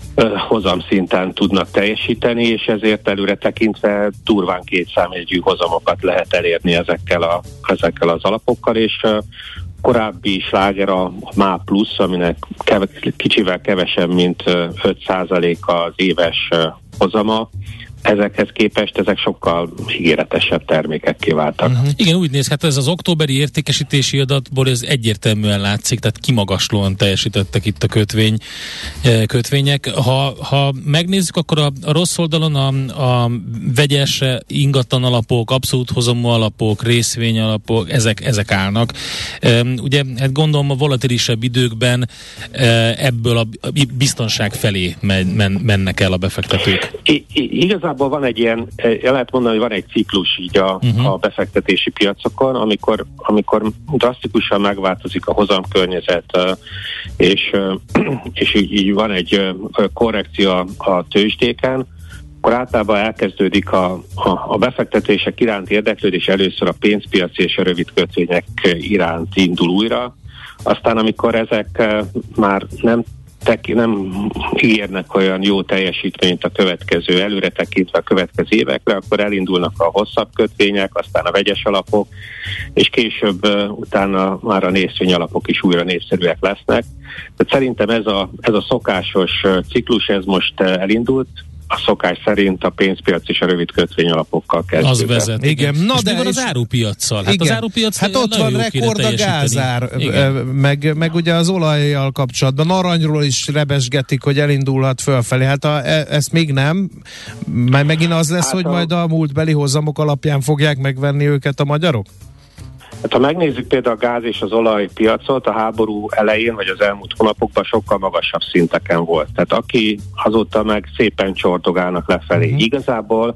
hozamszinten tudnak teljesíteni, és ezért előre tekintve durván kétszámjegyű hozamokat lehet elérni ezekkel az alapokkal, és korábbi sláger a MÁ plusz, aminek kicsivel kevesebb, mint 5% az éves hozama. Ezekhez képest ezek sokkal ígéretesebb termékekké váltak. Igen, úgy néz, hát ez az októberi értékesítési adatból ez egyértelműen látszik, tehát kimagaslóan teljesítettek itt a kötvények. Ha megnézzük, akkor a rossz oldalon a vegyes ingatlan alapok, abszolút hozamú alapok, részvény alapok, ezek állnak. Ugye, hát gondolom a volatilisebb időkben ebből a biztonság felé mennek el a befektetők. Igazából van egy ilyen, lehet mondani, hogy van egy ciklus így a befektetési piacokon, amikor drasztikusan megváltozik a hozamkörnyezet, és így van egy korrekció a tőzsdéken, akkor általában elkezdődik a befektetések iránt érdeklődés először a pénzpiaci és a rövid kötvények iránt indul újra. Aztán amikor ezek már nem ígérnek olyan jó teljesítményt a következő, előre tekintve a következő évekre, akkor elindulnak a hosszabb kötvények, aztán a vegyes alapok, és később utána már a részvény alapok is újra népszerűek lesznek. Tehát szerintem ez a szokásos ciklus, ez most elindult. A szokás szerint a pénzpiac és a rövid kötvény alapokkal kezdődik. Az vezet. Igen. Na, és de mi van az árupiaccal? Hát az árupiac hát ott van rekord a gázár, meg ugye az olajjal kapcsolatban. Aranyról is rebesgetik, hogy elindulhat fölfelé. Hát ezt még nem. Mert megint az lesz, hogy majd a múltbeli hozamok alapján fogják megvenni őket a magyarok? Hát, ha megnézzük például a gáz és az olajpiacot, a háború elején, vagy az elmúlt hónapokban sokkal magasabb szinteken volt. Tehát aki azóta meg szépen csordogálnak lefelé. Igazából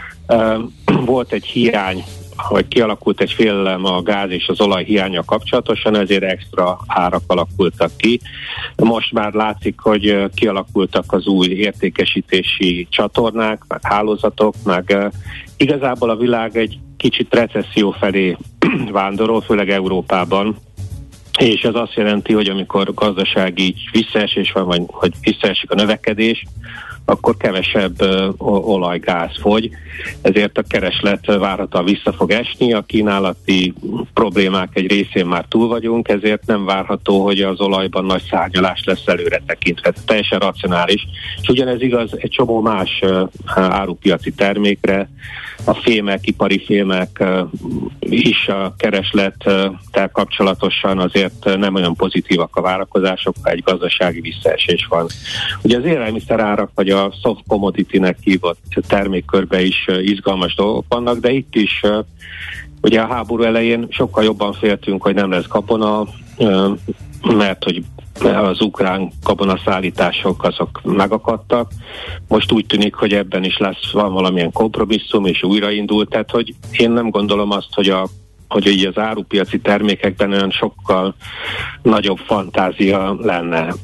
volt egy hiány, vagy kialakult egy félelem a gáz és az olaj hiánya kapcsolatosan, ezért extra árak alakultak ki. Most már látszik, hogy kialakultak az új értékesítési csatornák, meg hálózatok, meg igazából a világ egy kicsit recesszió felé vándorol, főleg Európában, és ez azt jelenti, hogy amikor gazdasági visszaesés van, vagy hogy visszaesik a növekedés, akkor kevesebb olaj-gáz fogy, ezért a kereslet várhatóan vissza fog esni, a kínálati problémák egy részén már túl vagyunk, ezért nem várható, hogy az olajban nagy szárnyalás lesz előre tekintve. Teljesen racionális. És ugyanez igaz egy csomó más árupiaci termékre, a fémek, ipari fémek is a kereslettel kapcsolatosan azért nem olyan pozitívak a várakozások, ha egy gazdasági visszaesés van. Ugye az élelmiszerárak, vagy a soft commodity-nek hívott termékkörben is izgalmas dolgok vannak, de itt is ugye a háború elején sokkal jobban féltünk, hogy nem lesz gabona, mert hogy az ukrán gabonaszállítások azok megakadtak. Most úgy tűnik, hogy ebben is van valamilyen kompromisszum, és újraindult. Tehát, hogy én nem gondolom azt, hogy így az árupiaci termékekben olyan sokkal nagyobb fantázia lenne.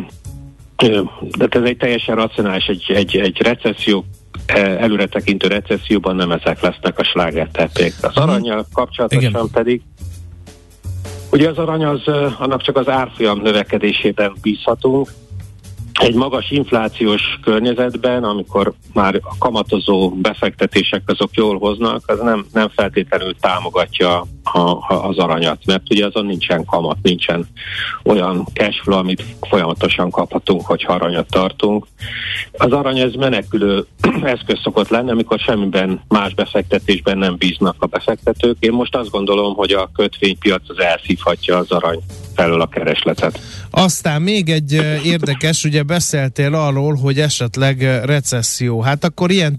De ez egy teljesen racionális, egy recesszió, előretekintő recesszióban nem ezek lesznek a slágertermékek. Az arannyal kapcsolatosan pedig ugye az arany annak csak az árfolyam növekedésében bízhatunk. Egy magas inflációs környezetben, amikor már a kamatozó befektetések azok jól hoznak, az nem feltétlenül támogatja az aranyat, mert ugye azon nincsen kamat, nincsen olyan cashflow, amit folyamatosan kaphatunk, hogyha aranyat tartunk. Az arany ez menekülő eszköz szokott lenni, amikor semmiben más befektetésben nem bíznak a befektetők. Én most azt gondolom, hogy a kötvénypiac az elszívhatja az arany felől a keresletet. Aztán még egy érdekes, ugye beszéltél arról, hogy esetleg recesszió. Hát akkor ilyen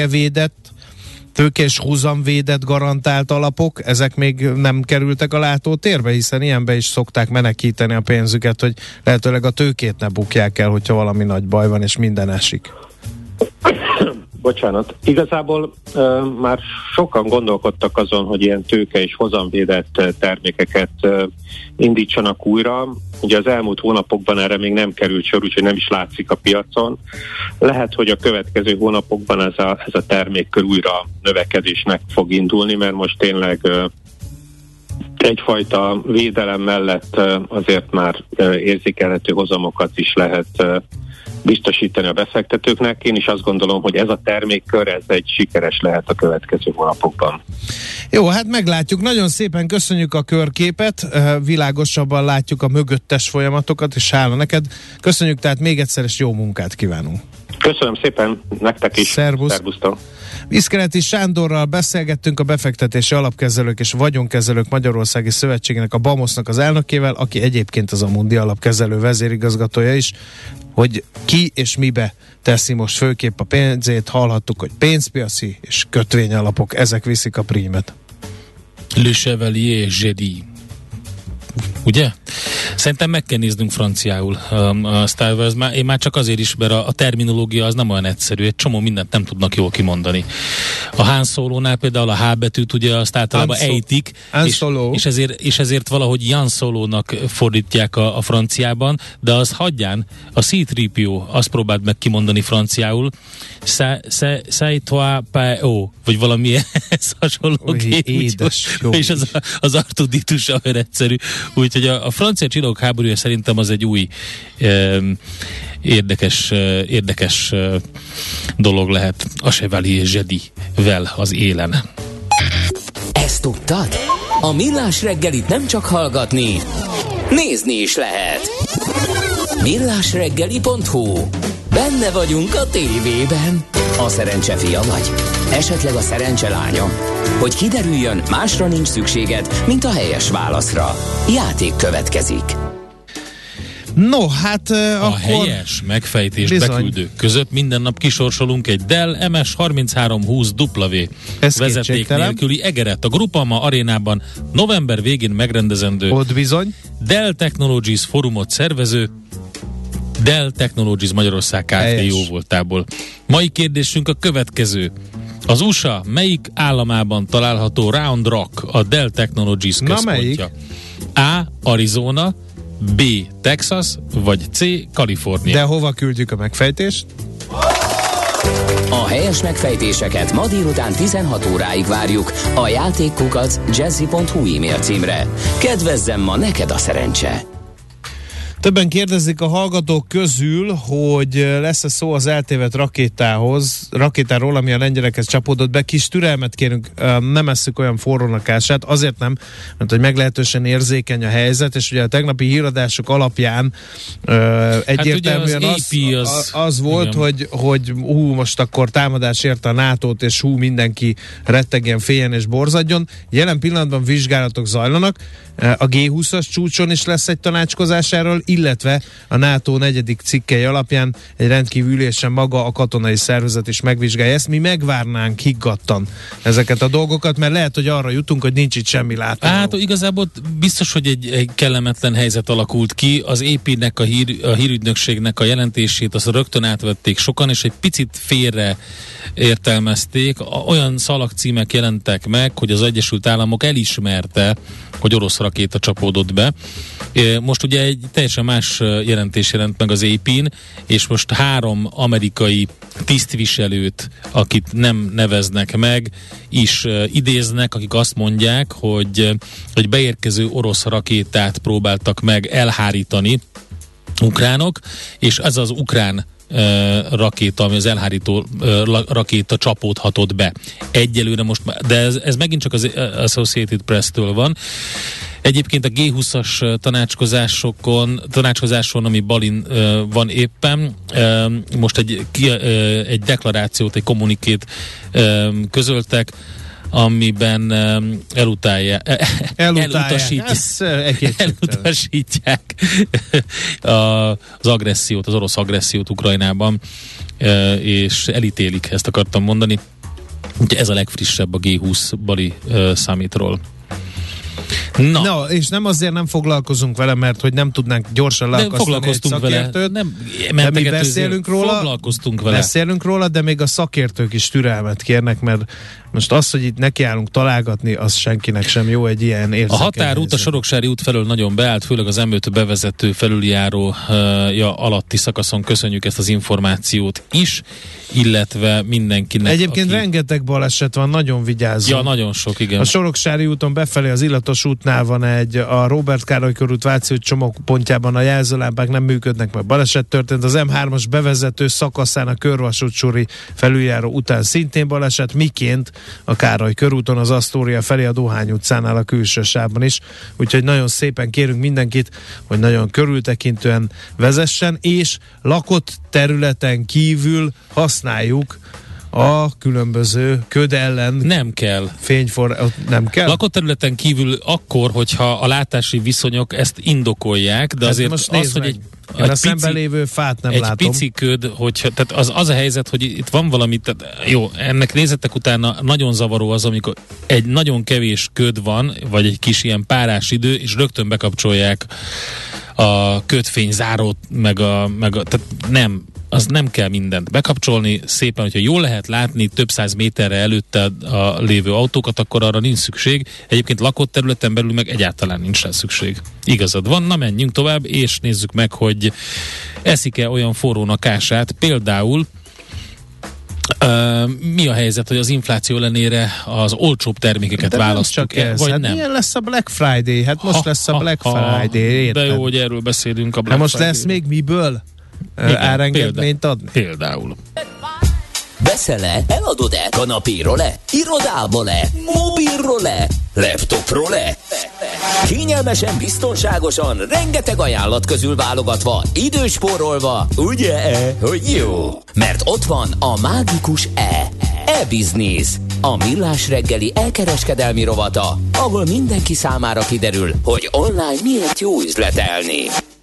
tőke és hozamvédett garantált alapok, ezek még nem kerültek a látótérbe, hiszen ilyenbe is szokták menekíteni a pénzüket, hogy lehetőleg a tőkét ne bukják el, hogyha valami nagy baj van, és minden esik. Bocsánat. Igazából már sokan gondolkodtak azon, hogy ilyen tőke és hozamvédett termékeket indítsanak újra. Ugye az elmúlt hónapokban erre még nem került sor, úgyhogy nem is látszik a piacon. Lehet, hogy a következő hónapokban ez a termékkör újra növekedésnek fog indulni, mert most tényleg egyfajta védelem mellett azért már érzékelhető hozamokat is lehet biztosítani a befektetőknek. Én is azt gondolom, hogy ez a termékkör, ez egy sikeres lehet a következő hónapokban. Jó, hát meglátjuk. Nagyon szépen köszönjük a körképet, világosabban látjuk a mögöttes folyamatokat, és hála neked. Köszönjük, tehát még egyszer, és jó munkát kívánunk. Köszönöm szépen, nektek is. Szervusz. Szervusztok. Viszkeleti Sándorral beszélgettünk, a Befektetési Alapkezelők és Vagyonkezelők Magyarországi Szövetségének, a BAMOS-nak az elnökével, aki egyébként az Amundi Alapkezelő vezérigazgatója is. Hogy ki és mibe teszi most főképp a pénzét, hallhattuk, hogy pénzpiaci és kötvényalapok, ezek viszik a prímet. Le Chevalier Jedi. Ugye? Szerintem meg kell néznünk franciául a Star Wars. Én már csak azért is, mert a terminológia az nem olyan egyszerű, egy csomó mindent nem tudnak jól kimondani. A Han Solo-nál például a H betűt ugye azt általában ejtik, és ezért valahogy Jan Solo-nak fordítják a franciában, de az hagyján, a C-3PO azt próbált meg kimondani franciául, c'est toi pas o, vagy valami hasonló gép, és az Artuditus olyan egyszerű. Úgyhogy a francia csillagok háborúja szerintem az egy új érdekes dolog lehet a Chevalier Jedi-vel az élen. Ezt tudtad? A Millás reggelit nem csak hallgatni, nézni is lehet. millásreggeli.hu. Benne vagyunk a tévében. A szerencse fia vagy? Esetleg a szerencse lánya? Hogy kiderüljön, másra nincs szükséged, mint a helyes válaszra. Játék következik. No, hát a akkor... helyes megfejtés beküldők között minden nap kisorsolunk egy Dell MS3320W vezeték nélküli egeret a Groupama arénában november végén megrendezendő ott bizony Dell Technologies fórumot szervező Dell Technologies Magyarország Kft. Jóvoltából. Mai kérdésünk a következő. Az USA melyik államában található Round Rock, a Dell Technologies központja? A. Arizona, B. Texas, vagy C. Kalifornia. De hova küldjük a megfejtést? A helyes megfejtéseket ma délután 16 óráig várjuk a játékkukac@jazzy.hu e-mail címre. Kedvezzem ma neked a szerencse! Többen kérdezik a hallgatók közül, hogy lesz-e szó az eltévedt rakétáról, ami a lengyelekhez csapódott be. Kis türelmet kérünk, nem esszük olyan forrónak ását, azért nem, mert hogy meglehetősen érzékeny a helyzet, és ugye a tegnapi híradások alapján egyértelműen az volt, hogy most akkor támadás érte a NATO-t, és mindenki rettegjen, féljen és borzadjon. Jelen pillanatban vizsgálatok zajlanak, a G20-as csúcson is lesz egy tanácskozás erről, illetve a NATO 4. cikkei alapján egy rendkívüli ülésen maga a katonai szervezet is megvizsgálja ezt. Mi megvárnánk higgadtan ezeket a dolgokat, mert lehet, hogy arra jutunk, hogy nincs itt semmi látnivaló. Hát igazából biztos, hogy egy kellemetlen helyzet alakult ki. Az AP-nek, a hírügynökségnek a jelentését azt rögtön átvették sokan, és egy picit félre értelmezték. Olyan szalagcímek jelentek meg, hogy az Egyesült Államok elismerte, hogy orosz rakéta csapódott be. Most ugye egy teljesen más jelentés jelent meg az AP-n, és most 3 amerikai tisztviselőt, akit nem neveznek meg, is idéznek, akik azt mondják, hogy beérkező orosz rakétát próbáltak meg elhárítani ukránok, és ez az ukrán rakéta, ami az elhárító rakéta csapódhatott be. Egyelőre most, de ez megint csak az Associated Press-től van. Egyébként a G20-as tanácskozáson, ami Balin van éppen, most egy deklarációt, egy kommunikét közöltek, amiben elutasítják az agressziót, az orosz agressziót Ukrajnában, és elítélik, ezt akartam mondani. Úgyhogy ez a legfrissebb a G20 Bali summitról. Na, és nem azért nem foglalkozunk vele, mert hogy nem tudnánk gyorsan leakasztani egy szakértőt, de mi beszélünk róla, de még a szakértők is türelmet kérnek, mert most az, hogy itt nekiállunk találgatni, az senkinek sem jó egy ilyen érzékeny. A határút a Soroksári út felől nagyon beállt, főleg az M5 bevezető felüljárója alatti szakaszon. Köszönjük ezt az információt is, illetve mindenkinek. Egyébként rengeteg baleset van, nagyon vigyázzon. Ja, nagyon sok, igen. A Soroksári úton befelé az Illatos útnál van a Róbert Károly körút Váci csomópontjában a jelzőlámpák nem működnek, mert baleset történt. Az M3-as bevezető szakaszán a körvasútsori felüljáró után szintén baleset, miként a Károly körúton az Asztória felé a Dohány utcánál a külső sávban is. Úgyhogy nagyon szépen kérünk mindenkit, hogy nagyon körültekintően vezessen, és lakott területen kívül használjuk a különböző köd ellen. Nem kell. Nem kell? Lakott területen kívül akkor, hogyha a látási viszonyok ezt indokolják, de azért most az, hogy egy szemben lévő fát nem látom. Egy pici köd, hogyha, tehát az a helyzet, hogy itt van valami, tehát jó, ennek nézzetek utána nagyon zavaró az, amikor egy nagyon kevés köd van, vagy egy kis ilyen párás idő, és rögtön bekapcsolják a kötfényzárót, tehát nem, az nem kell mindent bekapcsolni, szépen, hogyha jól lehet látni több száz méterre előtte a lévő autókat, akkor arra nincs szükség. Egyébként lakott területen belül meg egyáltalán nincs rá szükség. Igazad van, na menjünk tovább, és nézzük meg, hogy eszik-e olyan forrónak ását, például mi a helyzet, hogy az infláció ellenére az olcsóbb termékeket választjuk vagy hát nem? Milyen lesz a Black Friday? Hát most lesz a Black Friday, érted? De jó, hogy erről beszélünk a Black most Friday. lesz még miből árengedményt adni? Például. Veszel-e? Eladod-e? Kanapéról-e? Irodából-e? Mobilról-e? Laptopról-e? Kényelmesen, biztonságosan, rengeteg ajánlat közül válogatva, időspórolva, ugye? Hogy jó? Mert ott van a mágikus e-business, a Millás reggeli elkereskedelmi rovata, ahol mindenki számára kiderül, hogy online miért jó üzletelni.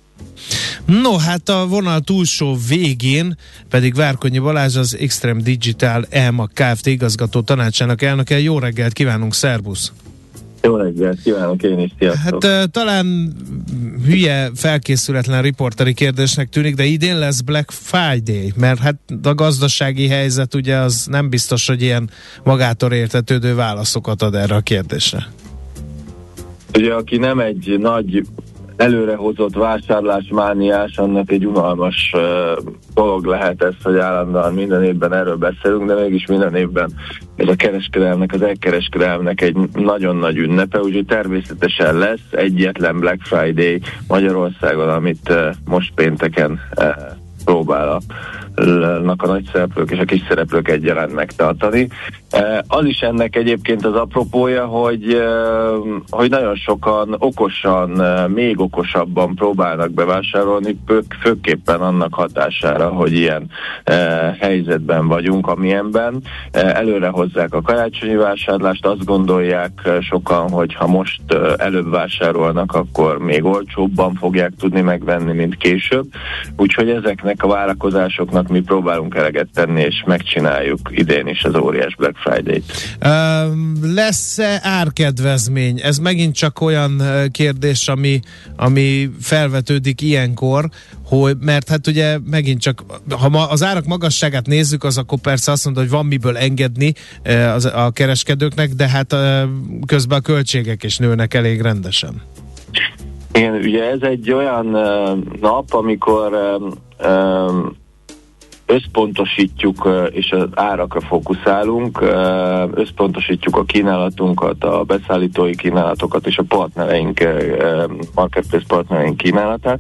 No, hát a vonal túlsó végén pedig Várkonyi Balázs, az Extreme Digital EMA Kft. Igazgató tanácsának elnöke. Jó reggelt kívánunk, szervusz! Jó reggelt kívánok én is, sziasztok! Hát talán hülye, felkészületlen riporteri kérdésnek tűnik, de idén lesz Black Friday, mert hát a gazdasági helyzet ugye az nem biztos, hogy ilyen magától értetődő válaszokat ad erre a kérdésre. Ugye aki nem egy nagy előrehozott vásárlásmániás, annak egy unalmas dolog lehet ez, hogy állandóan minden évben erről beszélünk, de mégis minden évben ez a kereskedelmnek, az elkereskedelmnek egy nagyon nagy ünnepe, úgyhogy természetesen lesz egyetlen Black Friday Magyarországon, amit most pénteken próbálnak a nagy szereplők és a kis szereplők egyaránt megtartani. Az is ennek egyébként az apropója, hogy nagyon sokan okosan, még okosabban próbálnak bevásárolni, főképpen annak hatására, hogy ilyen helyzetben vagyunk, amilyenben. Előre hozzák a karácsonyi vásárlást, azt gondolják sokan, hogy ha most előbb vásárolnak, akkor még olcsóbban fogják tudni megvenni, mint később. Úgyhogy ezeknek a várakozásoknak mi próbálunk eleget tenni, és megcsináljuk idén is az óriás Black Friday-t. Lesz-e árkedvezmény? Ez megint csak olyan kérdés, ami felvetődik ilyenkor, mert hát ugye megint csak, ha az árak magasságát nézzük, az akkor persze azt mondja, hogy van miből engedni a kereskedőknek, de hát közben a költségek is nőnek elég rendesen. Igen, ugye ez egy olyan nap, amikor összpontosítjuk és az árakra fókuszálunk, összpontosítjuk a kínálatunkat, a beszállítói kínálatokat és a partnereink, marketplace partnereink kínálatát.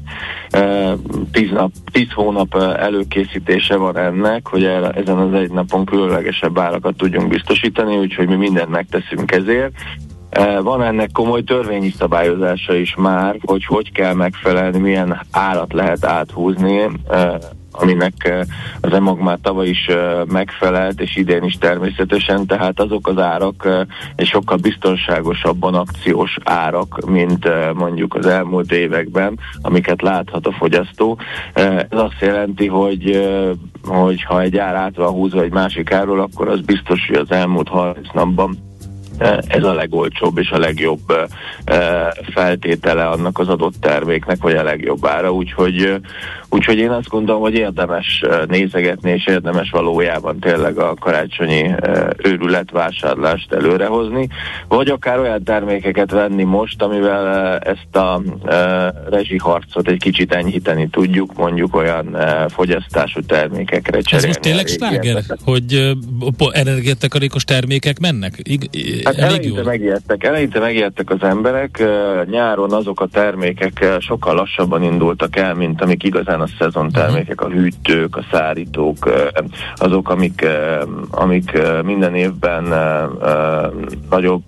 10 hónap előkészítése van ennek, hogy ezen az egy napon különlegesebb árakat tudjunk biztosítani, úgyhogy mi mindent megteszünk ezért. Van ennek komoly törvényi szabályozása is már, hogy kell megfelelni, milyen árat lehet áthúzni, aminek az EMAG már tavaly is megfelelt, és idén is természetesen, tehát azok az árak és sokkal biztonságosabban akciós árak, mint mondjuk az elmúlt években, amiket láthat a fogyasztó. Ez azt jelenti, hogy ha egy ár át van húzva egy másik árról, akkor az biztos, hogy az elmúlt 30 napban ez a legolcsóbb és a legjobb feltétele annak az adott terméknek, vagy a legjobb ára, úgyhogy én azt gondolom, hogy érdemes nézegetni, és érdemes valójában tényleg a karácsonyi őrületvásárlást előrehozni, vagy akár olyan termékeket venni most, amivel ezt a rezsiharcot egy kicsit enyhíteni tudjuk, mondjuk olyan fogyasztású termékekre cserélni. Ez most tényleg sláger, hogy energiatakarékos termékek mennek? Hát Hát eleinte megijedtek az emberek, nyáron azok a termékek sokkal lassabban indultak el, mint amik igazán a szezontermékek, a hűtők, a szárítók, azok, amik minden évben nagyobb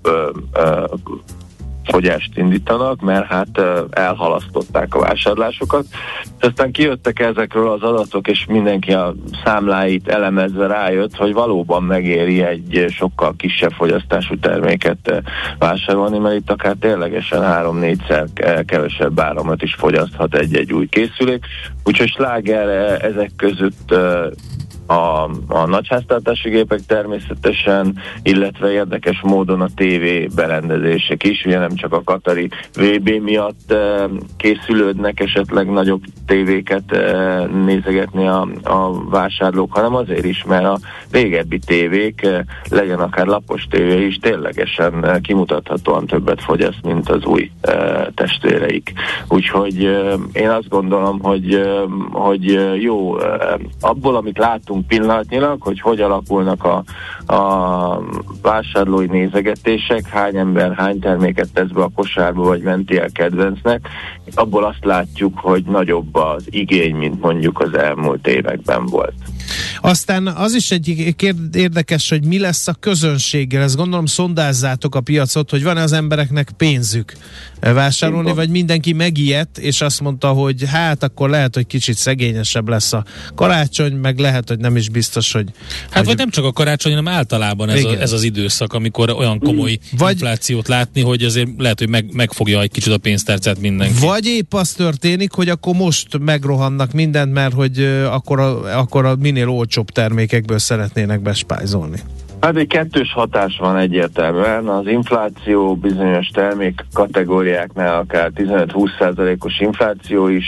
fogyást indítanak, mert hát elhalasztották a vásárlásokat. Aztán kijöttek ezekről az adatok, és mindenki a számláit elemezve rájött, hogy valóban megéri egy sokkal kisebb fogyasztású terméket vásárolni, mert itt akár ténylegesen 3-4-szer kevesebb áramot is fogyaszthat egy új készülék. Úgyhogy sláger ezek között a nagyháztartási gépek természetesen, illetve érdekes módon a TV berendezések is, ugye nem csak a katari VB miatt készülődnek esetleg nagyobb tévéket nézegetni a vásárlók, hanem azért is, mert a régebbi tévék, legyen akár lapos tévé is, ténylegesen kimutathatóan többet fogyaszt, mint az új testvéreik. Úgyhogy én azt gondolom, hogy jó, abból, amit látunk pillanatnyilag, hogy alakulnak a vásárlói nézegetések, hány ember hány terméket tesz be a kosárba, vagy menti el kedvencnek, abból azt látjuk, hogy nagyobb az igény, mint mondjuk az elmúlt években volt. Aztán az is egy érdekes, hogy mi lesz a közönséggel. Ezt gondolom szondázzátok a piacot, hogy van-e az embereknek pénzük vásárolni, vagy mindenki megijedt, és azt mondta, hogy hát akkor lehet, hogy kicsit szegényesebb lesz a karácsony, meg lehet, hogy nem is biztos, hogy... Hát vagy nem csak a karácsony, hanem általában ez az időszak, amikor olyan komoly inflációt látni, hogy azért lehet, hogy megfogja egy kicsit a pénztárcát mindenki. Vagy épp az történik, hogy akkor most megrohannak mindent, mert hogy akkor a minél olcsóbb termékekből szeretnének bespájzolni. Hát egy kettős hatás van egyértelműen. Az infláció bizonyos termék kategóriáknál akár 15-20%-os infláció is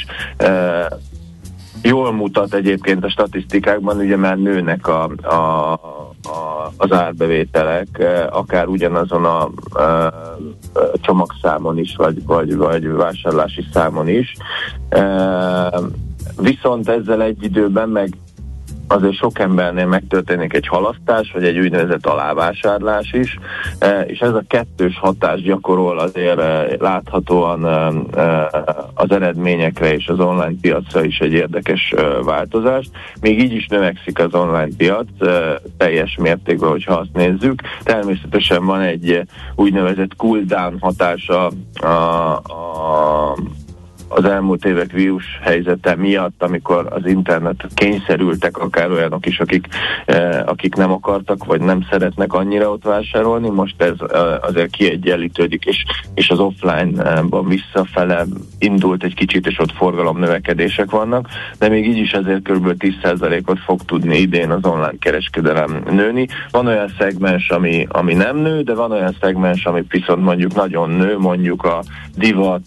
jól mutat egyébként a statisztikákban, ugye már nőnek az árbevételek, akár ugyanazon a csomagszámon is, vagy vásárlási számon is. Viszont ezzel egy időben meg azért sok embernél megtörténik egy halasztás, vagy egy úgynevezett alávásárlás is, és ez a kettős hatás gyakorol azért láthatóan az eredményekre és az online piacra is egy érdekes változást. Még így is növekszik az online piac teljes mértékben, hogyha azt nézzük. Természetesen van egy úgynevezett cool-down hatása az elmúlt évek vírus helyzete miatt, amikor az internet kényszerültek akár olyanok is, akik nem akartak, vagy nem szeretnek annyira ott vásárolni. Most ez azért kiegyenlítődik, és az offline-ban visszafele indult egy kicsit, és ott forgalom növekedések vannak, de még így is azért kb. 10%-ot fog tudni idén az online kereskedelem nőni. Van olyan szegmens, ami nem nő, de van olyan szegmens, ami viszont mondjuk nagyon nő, mondjuk a divat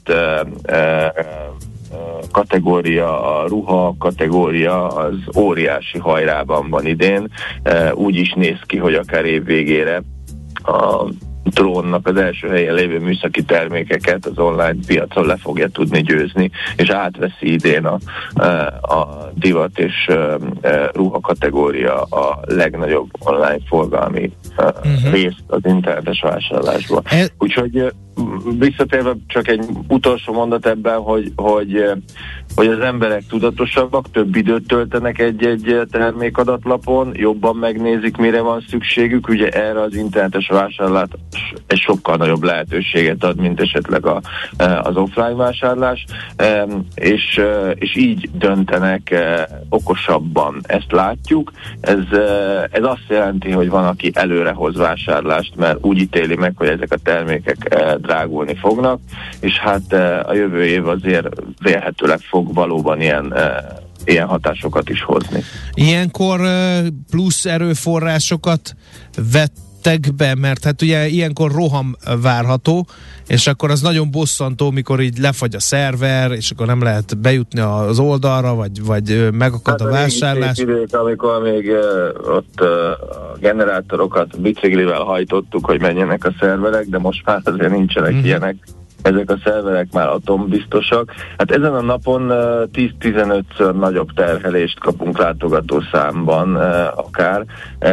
kategória, a ruha kategória az óriási hajrában van idén. Úgy is néz ki, hogy akár év végére a drónnak az első helyen lévő műszaki termékeket az online piacon le fogja tudni győzni, és átveszi idén a divat és ruha kategória a legnagyobb online forgalmi részt az internetes vásárlásban. Úgyhogy visszatérve csak egy utolsó mondat ebben, hogy az emberek tudatosabbak, több időt töltenek egy termékadatlapon, jobban megnézik, mire van szükségük. Ugye erre az internetes vásárlás egy sokkal nagyobb lehetőséget ad, mint esetleg az offline vásárlás, és így döntenek okosabban. Ezt látjuk. Ez azt jelenti, hogy van, aki előrehoz vásárlást, mert úgy ítéli meg, hogy ezek a termékek drágulni fognak, és hát a jövő év azért vélhetőleg fog valóban ilyen hatásokat is hozni. Ilyenkor plusz erőforrásokat vettek be, mert hát ugye ilyenkor roham várható, és akkor az nagyon bosszantó, mikor így lefagy a szerver, és akkor nem lehet bejutni az oldalra, vagy megakad a vásárlás. Idők, amikor még ott a generátorokat biciklivel hajtottuk, hogy menjenek a szerverek, de most már azért nincsenek ilyenek. Ezek a szerverek már atombiztosak. Hát ezen a napon 10-15-ször nagyobb terhelést kapunk látogatószámban akár.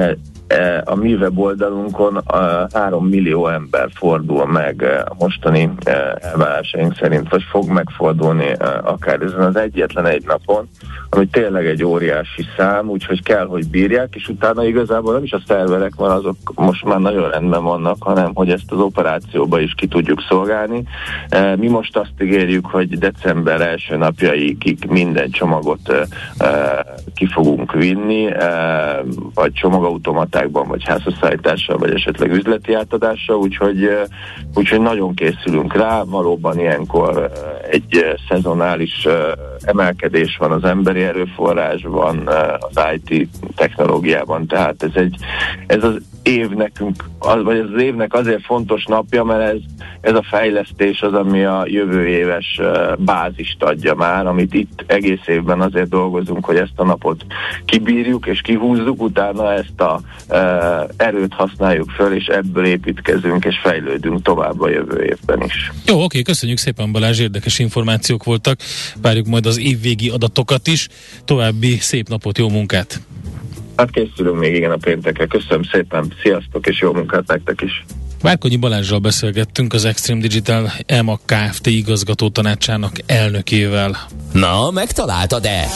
a mi weboldalunkon 3 millió ember fordul meg a mostani elvárásaink szerint, vagy fog megfordulni akár ezen az egyetlen egy napon, ami tényleg egy óriási szám, úgyhogy kell, hogy bírják, és utána igazából nem is a szerverek van, azok most már nagyon rendben vannak, hanem hogy ezt az operációba is ki tudjuk szolgálni. Mi most azt ígérjük, hogy december első napjaikig minden csomagot ki fogunk vinni, vagy csomagautomatákban, vagy házhozszállítással, vagy esetleg üzleti átadással, úgyhogy nagyon készülünk rá, valóban ilyenkor egy szezonális emelkedés van az emberi erőforrásban, az IT technológiában, tehát ez az év nekünk, vagy ez az évnek azért fontos napja, mert ez a fejlesztés az, ami a jövő éves bázist adja már, amit itt egész évben azért dolgozunk, hogy ezt a napot kibírjuk és kihúzzuk, utána ezt a erőt használjuk föl, és ebből építkezünk és fejlődünk tovább a jövő évben is. Jó, oké, köszönjük szépen, Balázs, érdekes információk voltak, várjuk majd az évvégi adatokat is, további szép napot, jó munkát! Hát készülünk még igen a péntekre. Köszönöm szépen, sziasztok, és jó munkát nektek is. Várkonyi Balázsral beszélgettünk, az Extreme Digital EMAG Kft. Igazgató tanácsának elnökével. Na, megtaláltad-e?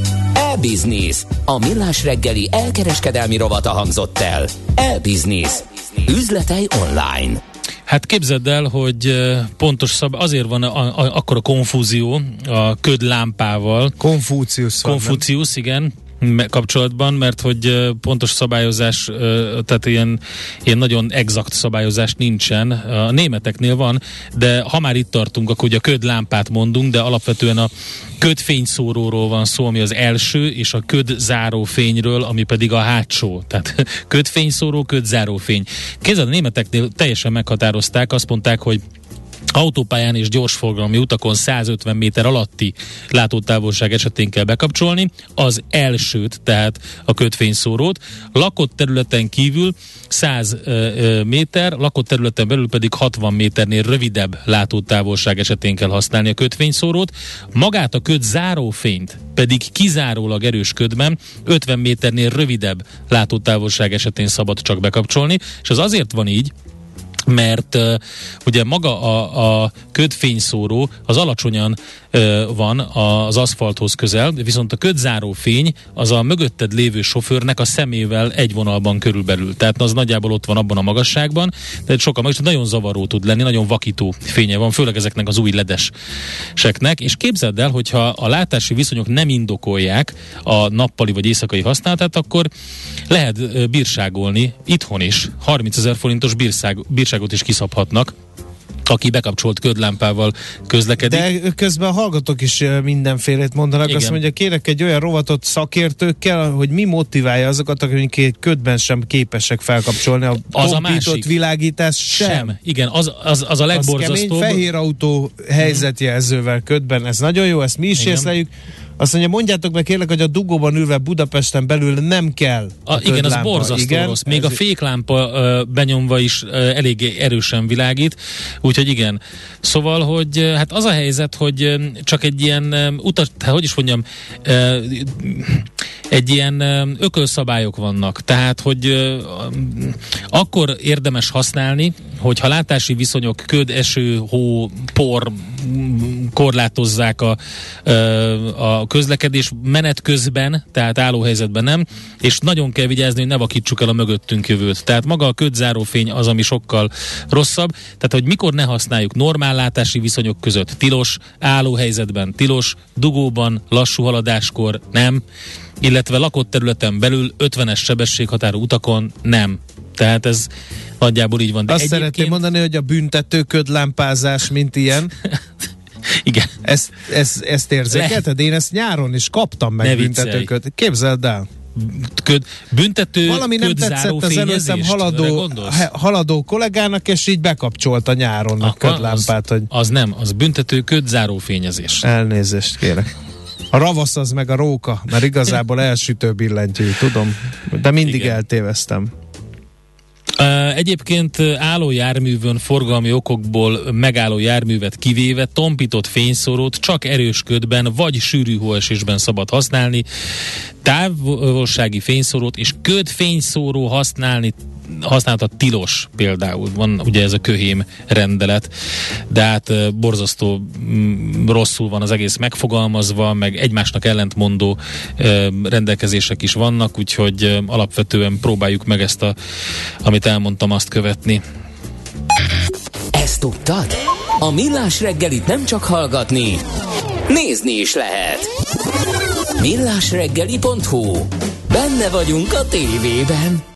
E-Business, a millás reggeli elkereskedelmi rovata hangzott el. E-Business, üzletei online. Hát képzeld el, hogy pontos azért van akkor a konfúzió a ködlámpával. Konfucius, igen, kapcsolatban, mert hogy pontos szabályozás, tehát ilyen nagyon exakt szabályozás nincsen. A németeknél van, de ha már itt tartunk, akkor ugye a ködlámpát mondunk, de alapvetően a ködfényszóróról van szó, ami az első, és a ködzárófényről, ami pedig a hátsó. Tehát ködfényszóró, ködzárófény. Képzeld, a németeknél teljesen meghatározták, azt mondták, hogy autópályán és gyorsforgalmi utakon 150 méter alatti látótávolság esetén kell bekapcsolni az elsőt, tehát a ködfényszórót. Lakott területen kívül 100 méter, lakott területen belül pedig 60 méternél rövidebb látótávolság esetén kell használni a ködfényszórót. Magát a ködzárófényt pedig kizárólag erős ködben 50 méternél rövidebb látótávolság esetén szabad csak bekapcsolni, és az azért van így, mert ugye maga a ködfényszóró az alacsonyan van az aszfalthoz közel, viszont a ködzárófény az a mögötted lévő sofőrnek a szemével egy vonalban körülbelül. Tehát az nagyjából ott van abban a magasságban, tehát sokkal és nagyon zavaró tud lenni, nagyon vakító fénye van, főleg ezeknek az új ledeseknek, és képzeld el, hogyha a látási viszonyok nem indokolják a nappali vagy éjszakai használatát, akkor lehet bírságolni itthon is. 30 000 forintos bírságot is kiszabhatnak, aki bekapcsolt ködlámpával közlekedik. De közben a hallgatók is mindenfélét mondanak. Igen. Azt mondja, kérek egy olyan rovatot szakértőkkel, hogy mi motiválja azokat, akik ködben sem képesek felkapcsolni a kompított világítást sem. Igen, az a legborzasztóbb. Az kemény fehér autó helyzetjelzővel ködben, ez nagyon jó, ezt mi is észleljük. Azt mondja, mondjátok meg kérlek, hogy a dugóban ülve Budapesten belül nem kell igen, az borzasztó rossz. Még a féklámpa benyomva is elég erősen világít, úgyhogy igen. Szóval, hogy hát az a helyzet, hogy csak egy ilyen egy ilyen ökölszabályok vannak. Tehát, hogy akkor érdemes használni, hogyha látási viszonyok, köd, eső, hó, por korlátozzák a közlekedés menet közben, tehát állóhelyzetben nem, és nagyon kell vigyázni, hogy ne vakítsuk el a mögöttünk jövőt. Tehát maga a ködzárófény az, ami sokkal rosszabb. Tehát, hogy mikor ne használjuk normál látási viszonyok között tilos, állóhelyzetben tilos, dugóban, lassú haladáskor nem, illetve lakott területen belül 50-es sebességhatárú utakon nem. Tehát ez nagyjából így van. De azt szeretném mondani, hogy a büntető ködlámpázás, mint ilyen. Igen. Ezt érzékelted? Én ezt nyáron is kaptam meg büntetőköd. Képzeld el. Büntető valami nem tetszett az előttem haladó kollégának, és így bekapcsolta nyáron a ködlámpát. Hogy... Az nem, az büntető ködzárófényezés. Elnézést kérek. A ravasz az meg a róka, mert igazából elsütő billentyű, tudom, de mindig eltéveztem. Egyébként álló járművön forgalmi okokból megálló járművet kivéve tompított fényszórót csak erős ködben vagy sűrű hóesésben szabad használni. Távolsági fényszórót és ködfényszóró használata tilos például. Van ugye ez a köhém rendelet, de hát borzasztó rosszul van az egész megfogalmazva, meg egymásnak ellentmondó rendelkezések is vannak, úgyhogy alapvetően próbáljuk meg ezt amit elmondtam, azt követni. Ezt tudtad? A Millás reggelit nem csak hallgatni, nézni is lehet. millásreggeli.hu. Benne vagyunk a tévében.